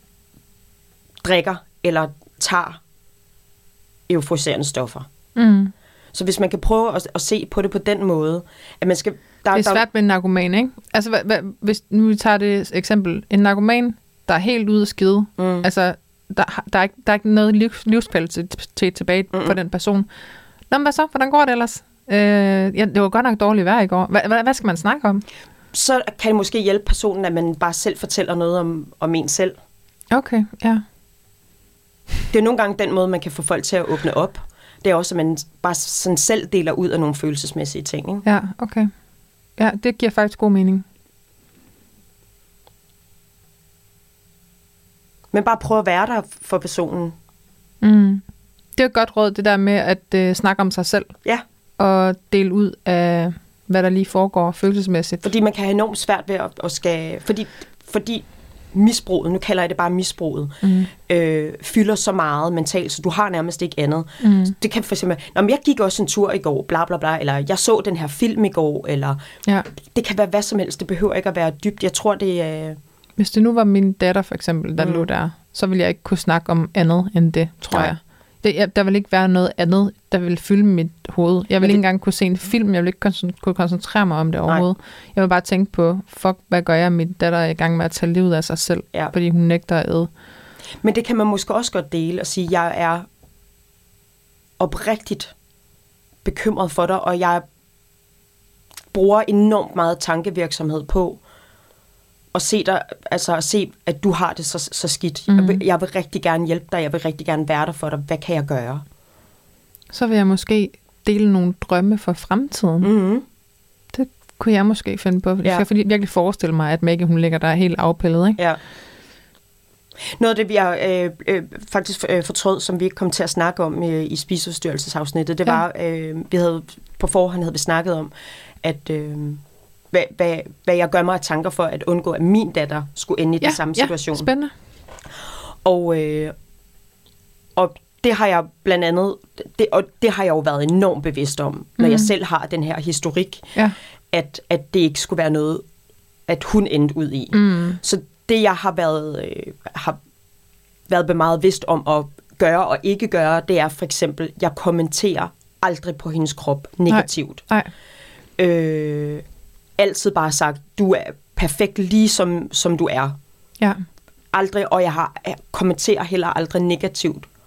drikker eller tager euforiserende stoffer. Mm. Så hvis man kan prøve at, at se på det på den måde, at man skal... Der, det er svært med en narkoman, ikke? Altså, hvad, hvad, hvis nu vi tager det eksempel. En narkoman, der er helt ude af skide. Mm. Altså, der, der, er ikke, der er ikke noget livs, livskvalitet tilbage mm. for den person. Nå, men hvad så? Hvordan går det ellers? Øh, ja, det var godt nok dårligt vejr i går. Hvad, hvad, hvad skal man snakke om? Så kan det måske hjælpe personen, at man bare selv fortæller noget om, om en selv. Okay, ja. Det er nogle gange den måde, man kan få folk til at åbne op. Det er også, at man bare sådan selv deler ud af nogle følelsesmæssige ting. Ikke? Ja, okay. Ja, det giver faktisk god mening. Men bare prøve at være der for personen. Mm. Det er et godt råd, det der med at øh, snakke om sig selv. Ja. Og dele ud af, hvad der lige foregår følelsesmæssigt. Fordi man kan have enormt svært ved at, at skal... Fordi, fordi misbruget, nu kalder jeg det bare misbruget, mm. øh, fylder så meget mentalt, så du har nærmest ikke andet. Mm. Det kan for eksempel, nå, men jeg gik også en tur i går, bla bla bla, eller jeg så den her film i går, eller ja. Det kan være hvad som helst, det behøver ikke at være dybt. Jeg tror, det er... Hvis det nu var min datter for eksempel, der mm. lå der, så ville jeg ikke kunne snakke om andet end det, tror Nej. jeg. Det, der vil ikke være noget andet, der vil fylde mit hoved. Jeg vil det, ikke engang kunne se en film. Jeg vil ikke kon- kunne koncentrere mig om det overhovedet. Nej. Jeg vil bare tænke på, fuck, hvad gør jeg? Min datter er i gang med at tage livet af sig selv, ja. fordi hun nægter at æde. Men det kan man måske også godt dele og sige, jeg er oprigtigt bekymret for dig, og jeg bruger enormt meget tankevirksomhed på at se dig, altså at se, at du har det så, så skidt. Mm. Jeg, vil, jeg vil rigtig gerne hjælpe dig, jeg vil rigtig gerne være der for dig. Hvad kan jeg gøre? Så vil jeg måske dele nogle drømme for fremtiden. Mm. Det kunne jeg måske finde på. Ja. Jeg kan virkelig forestille mig, at Maggie, hun ligger der helt afpillet, ikke? Ja. Noget af det, vi har øh, øh, faktisk øh, fortrød, som vi ikke kom til at snakke om øh, i spiseforstyrrelsesafsnittet, det ja. var, øh, vi havde på forhånd havde vi snakket om, at øh, hvad, hvad, hvad jeg gør mig af tanker for at undgå, at min datter skulle ende i ja, den samme situation. Ja, spændende. Og, øh, og det har jeg blandt andet, det, og det har jeg jo været enormt bevidst om, når mm. jeg selv har den her historik, ja. at, at det ikke skulle være noget, at hun endte ud i. Mm. Så det, jeg har været, øh, har været meget bevidst om at gøre og ikke gøre, det er for eksempel, jeg kommenterer aldrig på hendes krop negativt. Nej. Nej. Øh, altid bare sagt, du er perfekt lige som, som du er. Ja. Aldrig, og jeg har jeg kommenterer heller aldrig negativt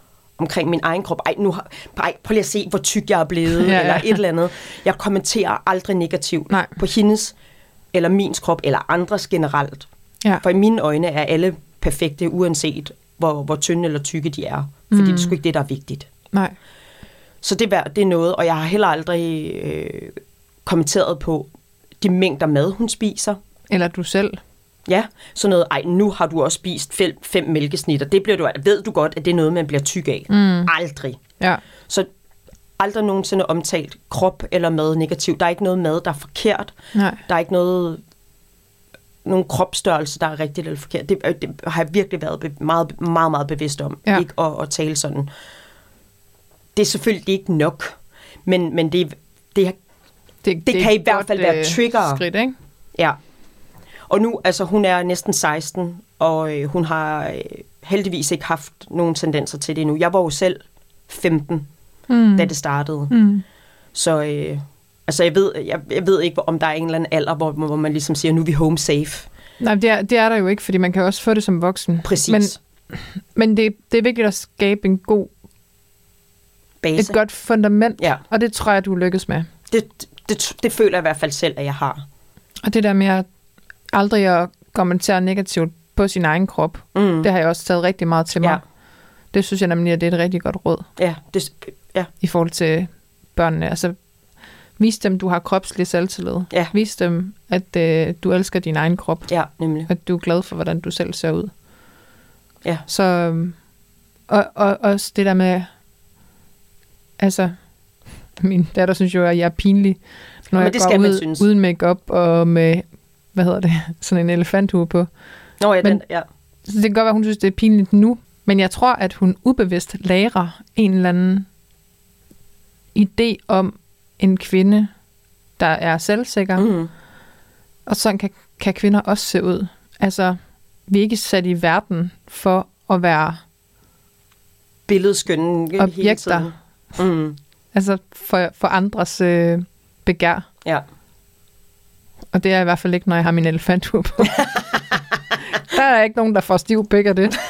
omkring min egen krop. Ej, nu har, ej, prøv lige at se, hvor tyk jeg er blevet, ja, eller ja. et eller andet. Jeg kommenterer aldrig negativt Nej. på hendes eller min krop, eller andres generelt. Ja. For i mine øjne er alle perfekte, uanset hvor, hvor tynde eller tykke de er. Fordi mm. det er sgu ikke det, der er vigtigt. Nej. Så det er, det er noget, og jeg har heller aldrig øh, kommenteret på de mængder mad, hun spiser. Eller du selv. Ja, sådan noget, ej, nu har du også spist fem, fem mælkesnitter. Det bliver du, ved du godt, at det er noget, man bliver tyk af. Mm. Aldrig. Ja. Så aldrig nogensinde omtalt krop eller mad negativt. Der er ikke noget mad, der er forkert. Nej. Der er ikke noget, nogen kropsstørrelse, der er rigtigt eller forkert. Det, det har jeg virkelig været meget, meget, meget bevidst om. Ja. Ikke at, at tale sådan. Det er selvfølgelig ikke nok, men, men det, det, det, det, det kan i hvert fald være trigger. Skridt, ikke? Ja. Og nu, altså hun er næsten seksten, og øh, hun har øh, heldigvis ikke haft nogen tendenser til det endnu. Jeg var jo selv femten, mm. da det startede. Mm. Så øh, altså jeg ved, jeg, jeg ved ikke, om der er en eller anden alder, hvor, hvor man ligesom siger, nu er vi home safe. Nej, det er, det er der jo ikke, fordi man kan også få det som voksen. Præcis. Men, men det, det er vigtigt at skabe en god base. Et godt fundament, ja. Og det tror jeg, du lykkes med. Det, det, det føler jeg i hvert fald selv, at jeg har. Og det der med at aldrig at kommentere negativt på sin egen krop, mm. det har jeg også taget rigtig meget til mig. Ja. Det synes jeg nemlig, at det er et rigtig godt råd. Ja, det, ja. I forhold til børnene. Altså, vis dem, du har kropslig selvtillid. Ja. Vis dem, at øh, du elsker din egen krop. Ja, nemlig. At du er glad for, hvordan du selv ser ud. Ja. Så, og, og også det der med, altså, min datter synes jo, at jeg er pinlig, når ja, jeg går ud uden make-up og med, hvad hedder det, sådan en elefanthue på. Nå ja, men, den, ja. Så det kan godt være, at hun synes, det er pinligt nu, men jeg tror, at hun ubevidst lærer en eller anden idé om en kvinde, der er selvsikker, mm. og sådan kan, kan kvinder også se ud. Altså, vi er ikke sat i verden for at være billedskønne objekter. Mm. Altså for, for andres øh, begær. Ja. Og det er i hvert fald ikke, når jeg har min elefanthue på. Der er ikke nogen, der får stiv pik af det.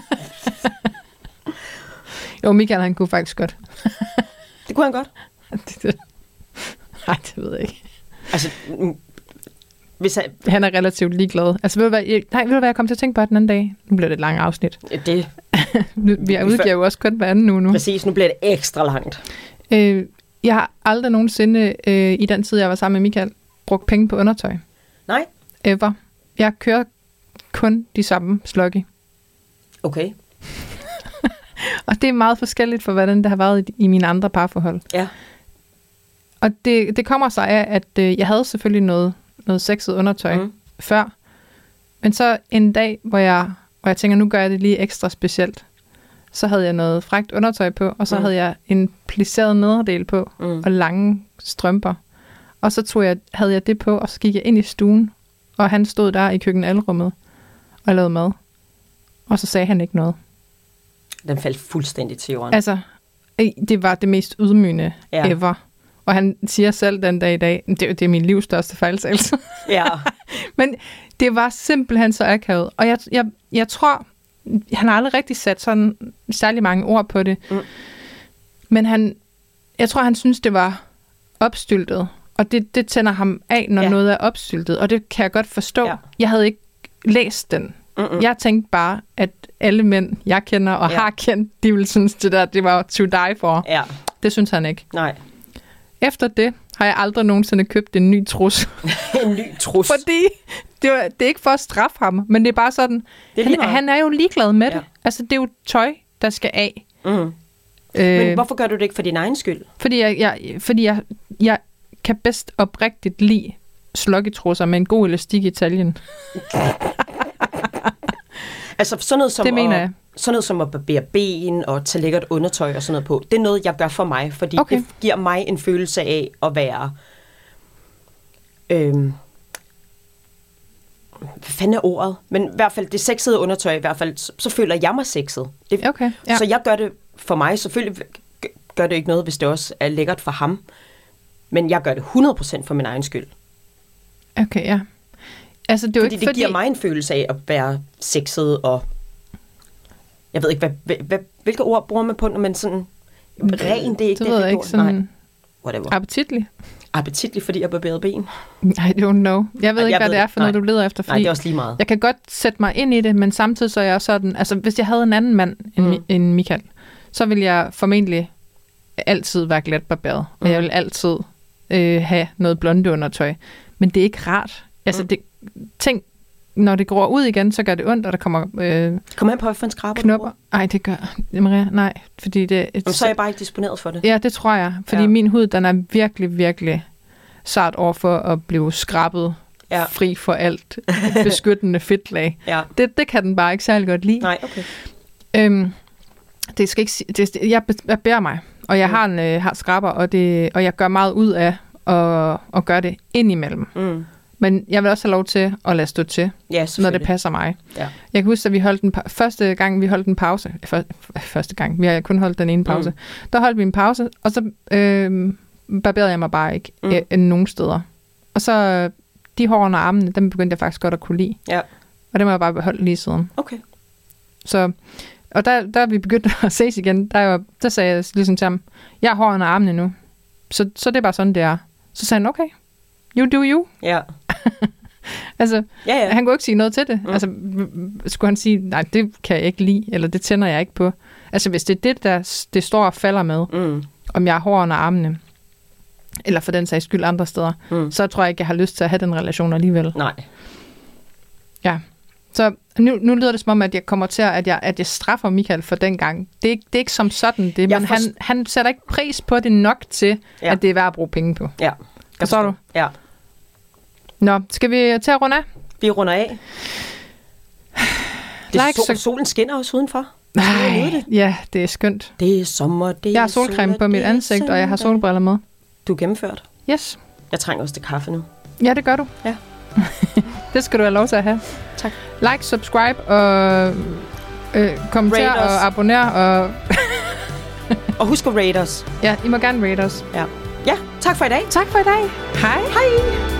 Jo, Michael, han kunne faktisk godt. Det kunne han godt? Nej, det ved jeg ikke. Altså, hvis han... han er relativt ligeglad. Altså, ved du hvad, jeg, nej, ved du hvad, jeg kom til at tænke på den anden dag? Nu bliver det et langt afsnit. Det... nu, vi er udgiver jo også kun hver anden uge nu. Præcis, nu bliver det ekstra langt. Øh, jeg har aldrig nogensinde, øh, i den tid, jeg var sammen med Michael, brugt penge på undertøj. Nej? Ever. Jeg kører kun de samme sluggy. Okay. Og det er meget forskelligt for, hvordan det har været i, i mine andre parforhold. Ja. Og det, det kommer sig af, at øh, jeg havde selvfølgelig noget, noget sexet undertøj mm. før. Men så en dag, hvor jeg, hvor jeg tænker, nu gør jeg det lige ekstra specielt, så havde jeg noget frækt undertøj på, og så mm. havde jeg en plisseret nederdel på, mm. og lange strømper. Og så tog jeg, havde jeg det på, og så gik jeg ind i stuen, og han stod der i køkkenalrummet og lavede mad. Og så sagde han ikke noget. Den faldt fuldstændig til jorden. Altså, det var det mest ydmygende ja. ever. Og han siger selv den dag i dag, det, det er min livs største fejltagelse. Ja. Men det var simpelthen så akavet. Og jeg, jeg, jeg tror, han har aldrig rigtig sat sådan særlig mange ord på det. Mm. Men han, jeg tror, han synes, det var opstyltet. Og det, det tænder ham af, når ja. noget er opstyltet. Og det kan jeg godt forstå. Ja. Jeg havde ikke læst den. Mm-mm. Jeg tænkte bare, at alle mænd, jeg kender og ja. har kendt, de ville synes, det der, det var to die for. Ja. Det synes han ikke. Nej. Efter det har jeg aldrig nogensinde købt en ny trus. En ny trus? Fordi det, var, det er ikke for at straffe ham, men det er bare sådan, det er han, han er jo ligeglad med ja. det. Altså, det er jo tøj, der skal af. Mm. Øh, men hvorfor gør du det ikke for din egen skyld? Fordi jeg, jeg, fordi jeg, jeg kan bedst oprigtigt lide slokketrusser med en god elastik i Italien. Altså sådan noget som det mener at, jeg. Sådan noget som at barbere ben og tage lækkert undertøj og sådan noget på. Det er noget, jeg gør for mig, fordi okay. det giver mig en følelse af at være... Øhm, hvad fanden er ordet? Men i hvert fald det sexede undertøj, i hvert fald, så, så føler jeg mig sexet. Det, okay, ja. Så jeg gør det for mig. Selvfølgelig gør det ikke noget, hvis det også er lækkert for ham. Men jeg gør det hundrede procent for min egen skyld. Okay, ja. Altså, det er fordi ikke, det fordi... giver mig en følelse af at være sexet og Jeg ved ikke, hvad, hvad, hvilke ord bruger man på, når man sådan... Ren, det er ikke det, det, det ikke. Sådan Nej. Whatever. Appetitlig. Appetitlig, fordi jeg barberede ben. I don't know. Jeg ved Nej, ikke, jeg hvad ved det er for nej. noget, du leder efter. Fordi Nej, det er også lige meget. Jeg kan godt sætte mig ind i det, men samtidig så er jeg sådan... Altså, hvis jeg havde en anden mand end, mm. end Michael, så ville jeg formentlig altid være glatbarberet. Mm. Og jeg vil altid øh, have noget blonde undertøj. Men det er ikke rart. Altså, mm. det, tænk, når det går ud igen, så gør det ondt, og der kommer øh, Kom an på, hvad en skraber knopper. Nej, det gør Maria. Nej, fordi det... Et, så er jeg bare ikke disponeret for det. Ja, det tror jeg. Fordi ja. min hud, den er virkelig, virkelig sart over for at blive skrabet ja. fri for alt beskyttende fedtlag. Ja. Det, det kan den bare ikke særlig godt lide. Nej, okay. Øhm, det skal ikke det, jeg, jeg bærer mig, og jeg mm. har en øh, har skraber, og, det, og jeg gør meget ud af at, at gøre det indimellem. Mm. Men jeg vil også have lov til at lade stå til, ja, når det passer mig. Ja. Jeg kan huske, at vi holdt en pa- første gang, vi holdt en pause. For, første gang, vi har kun holdt den ene pause. Mm. Der holdt vi en pause, og så øh, barberede jeg mig bare ikke mm. øh, nogen steder. Og så de hår under armene, dem begyndte jeg faktisk godt at kunne lide. Ja. Og det må jeg bare beholde lige siden. Okay. Så, og der, der vi begyndte at ses igen, der, var, der sagde jeg ligesom til ham, jeg har hår under armene nu. Så, så det er bare sådan, det er. Så sagde han, okay, you do you. Ja. altså, ja, ja. han kunne ikke sige noget til det. Mm. Altså, skulle han sige, nej, det kan jeg ikke lide, eller det tænder jeg ikke på. Altså, hvis det er det, der det står og falder med, mm. om jeg har hår under armene, eller for den sags skyld andre steder, mm. så tror jeg ikke, jeg har lyst til at have den relation alligevel. Nej. Ja. Så nu, nu lyder det som om, at jeg kommer til, at jeg, at jeg straffer Michael for den gang. Det er ikke, det er ikke som sådan det, men han, han sætter ikke pris på det nok til, ja. At det er værd at bruge penge på. Ja. Forstår du? Ja. Nå, skal vi tage at runde af? Vi runder af. Det like, sol, solen skinner også udenfor. Nej, det. Ja, det er skønt. Det er sommer, det er Jeg har solcreme på mit ansigt, og jeg har solbriller med. Du er gennemført? Yes. Jeg trænger også til kaffe nu. Ja, det gør du. Ja. Det skal du have lov til at have. Tak. Like, subscribe og øh, kommenter og abonner. Og, og husk at rate os. Ja, I må gerne rate os. Ja. Ja, tak for i dag. Tak for i dag. Hej. Hej.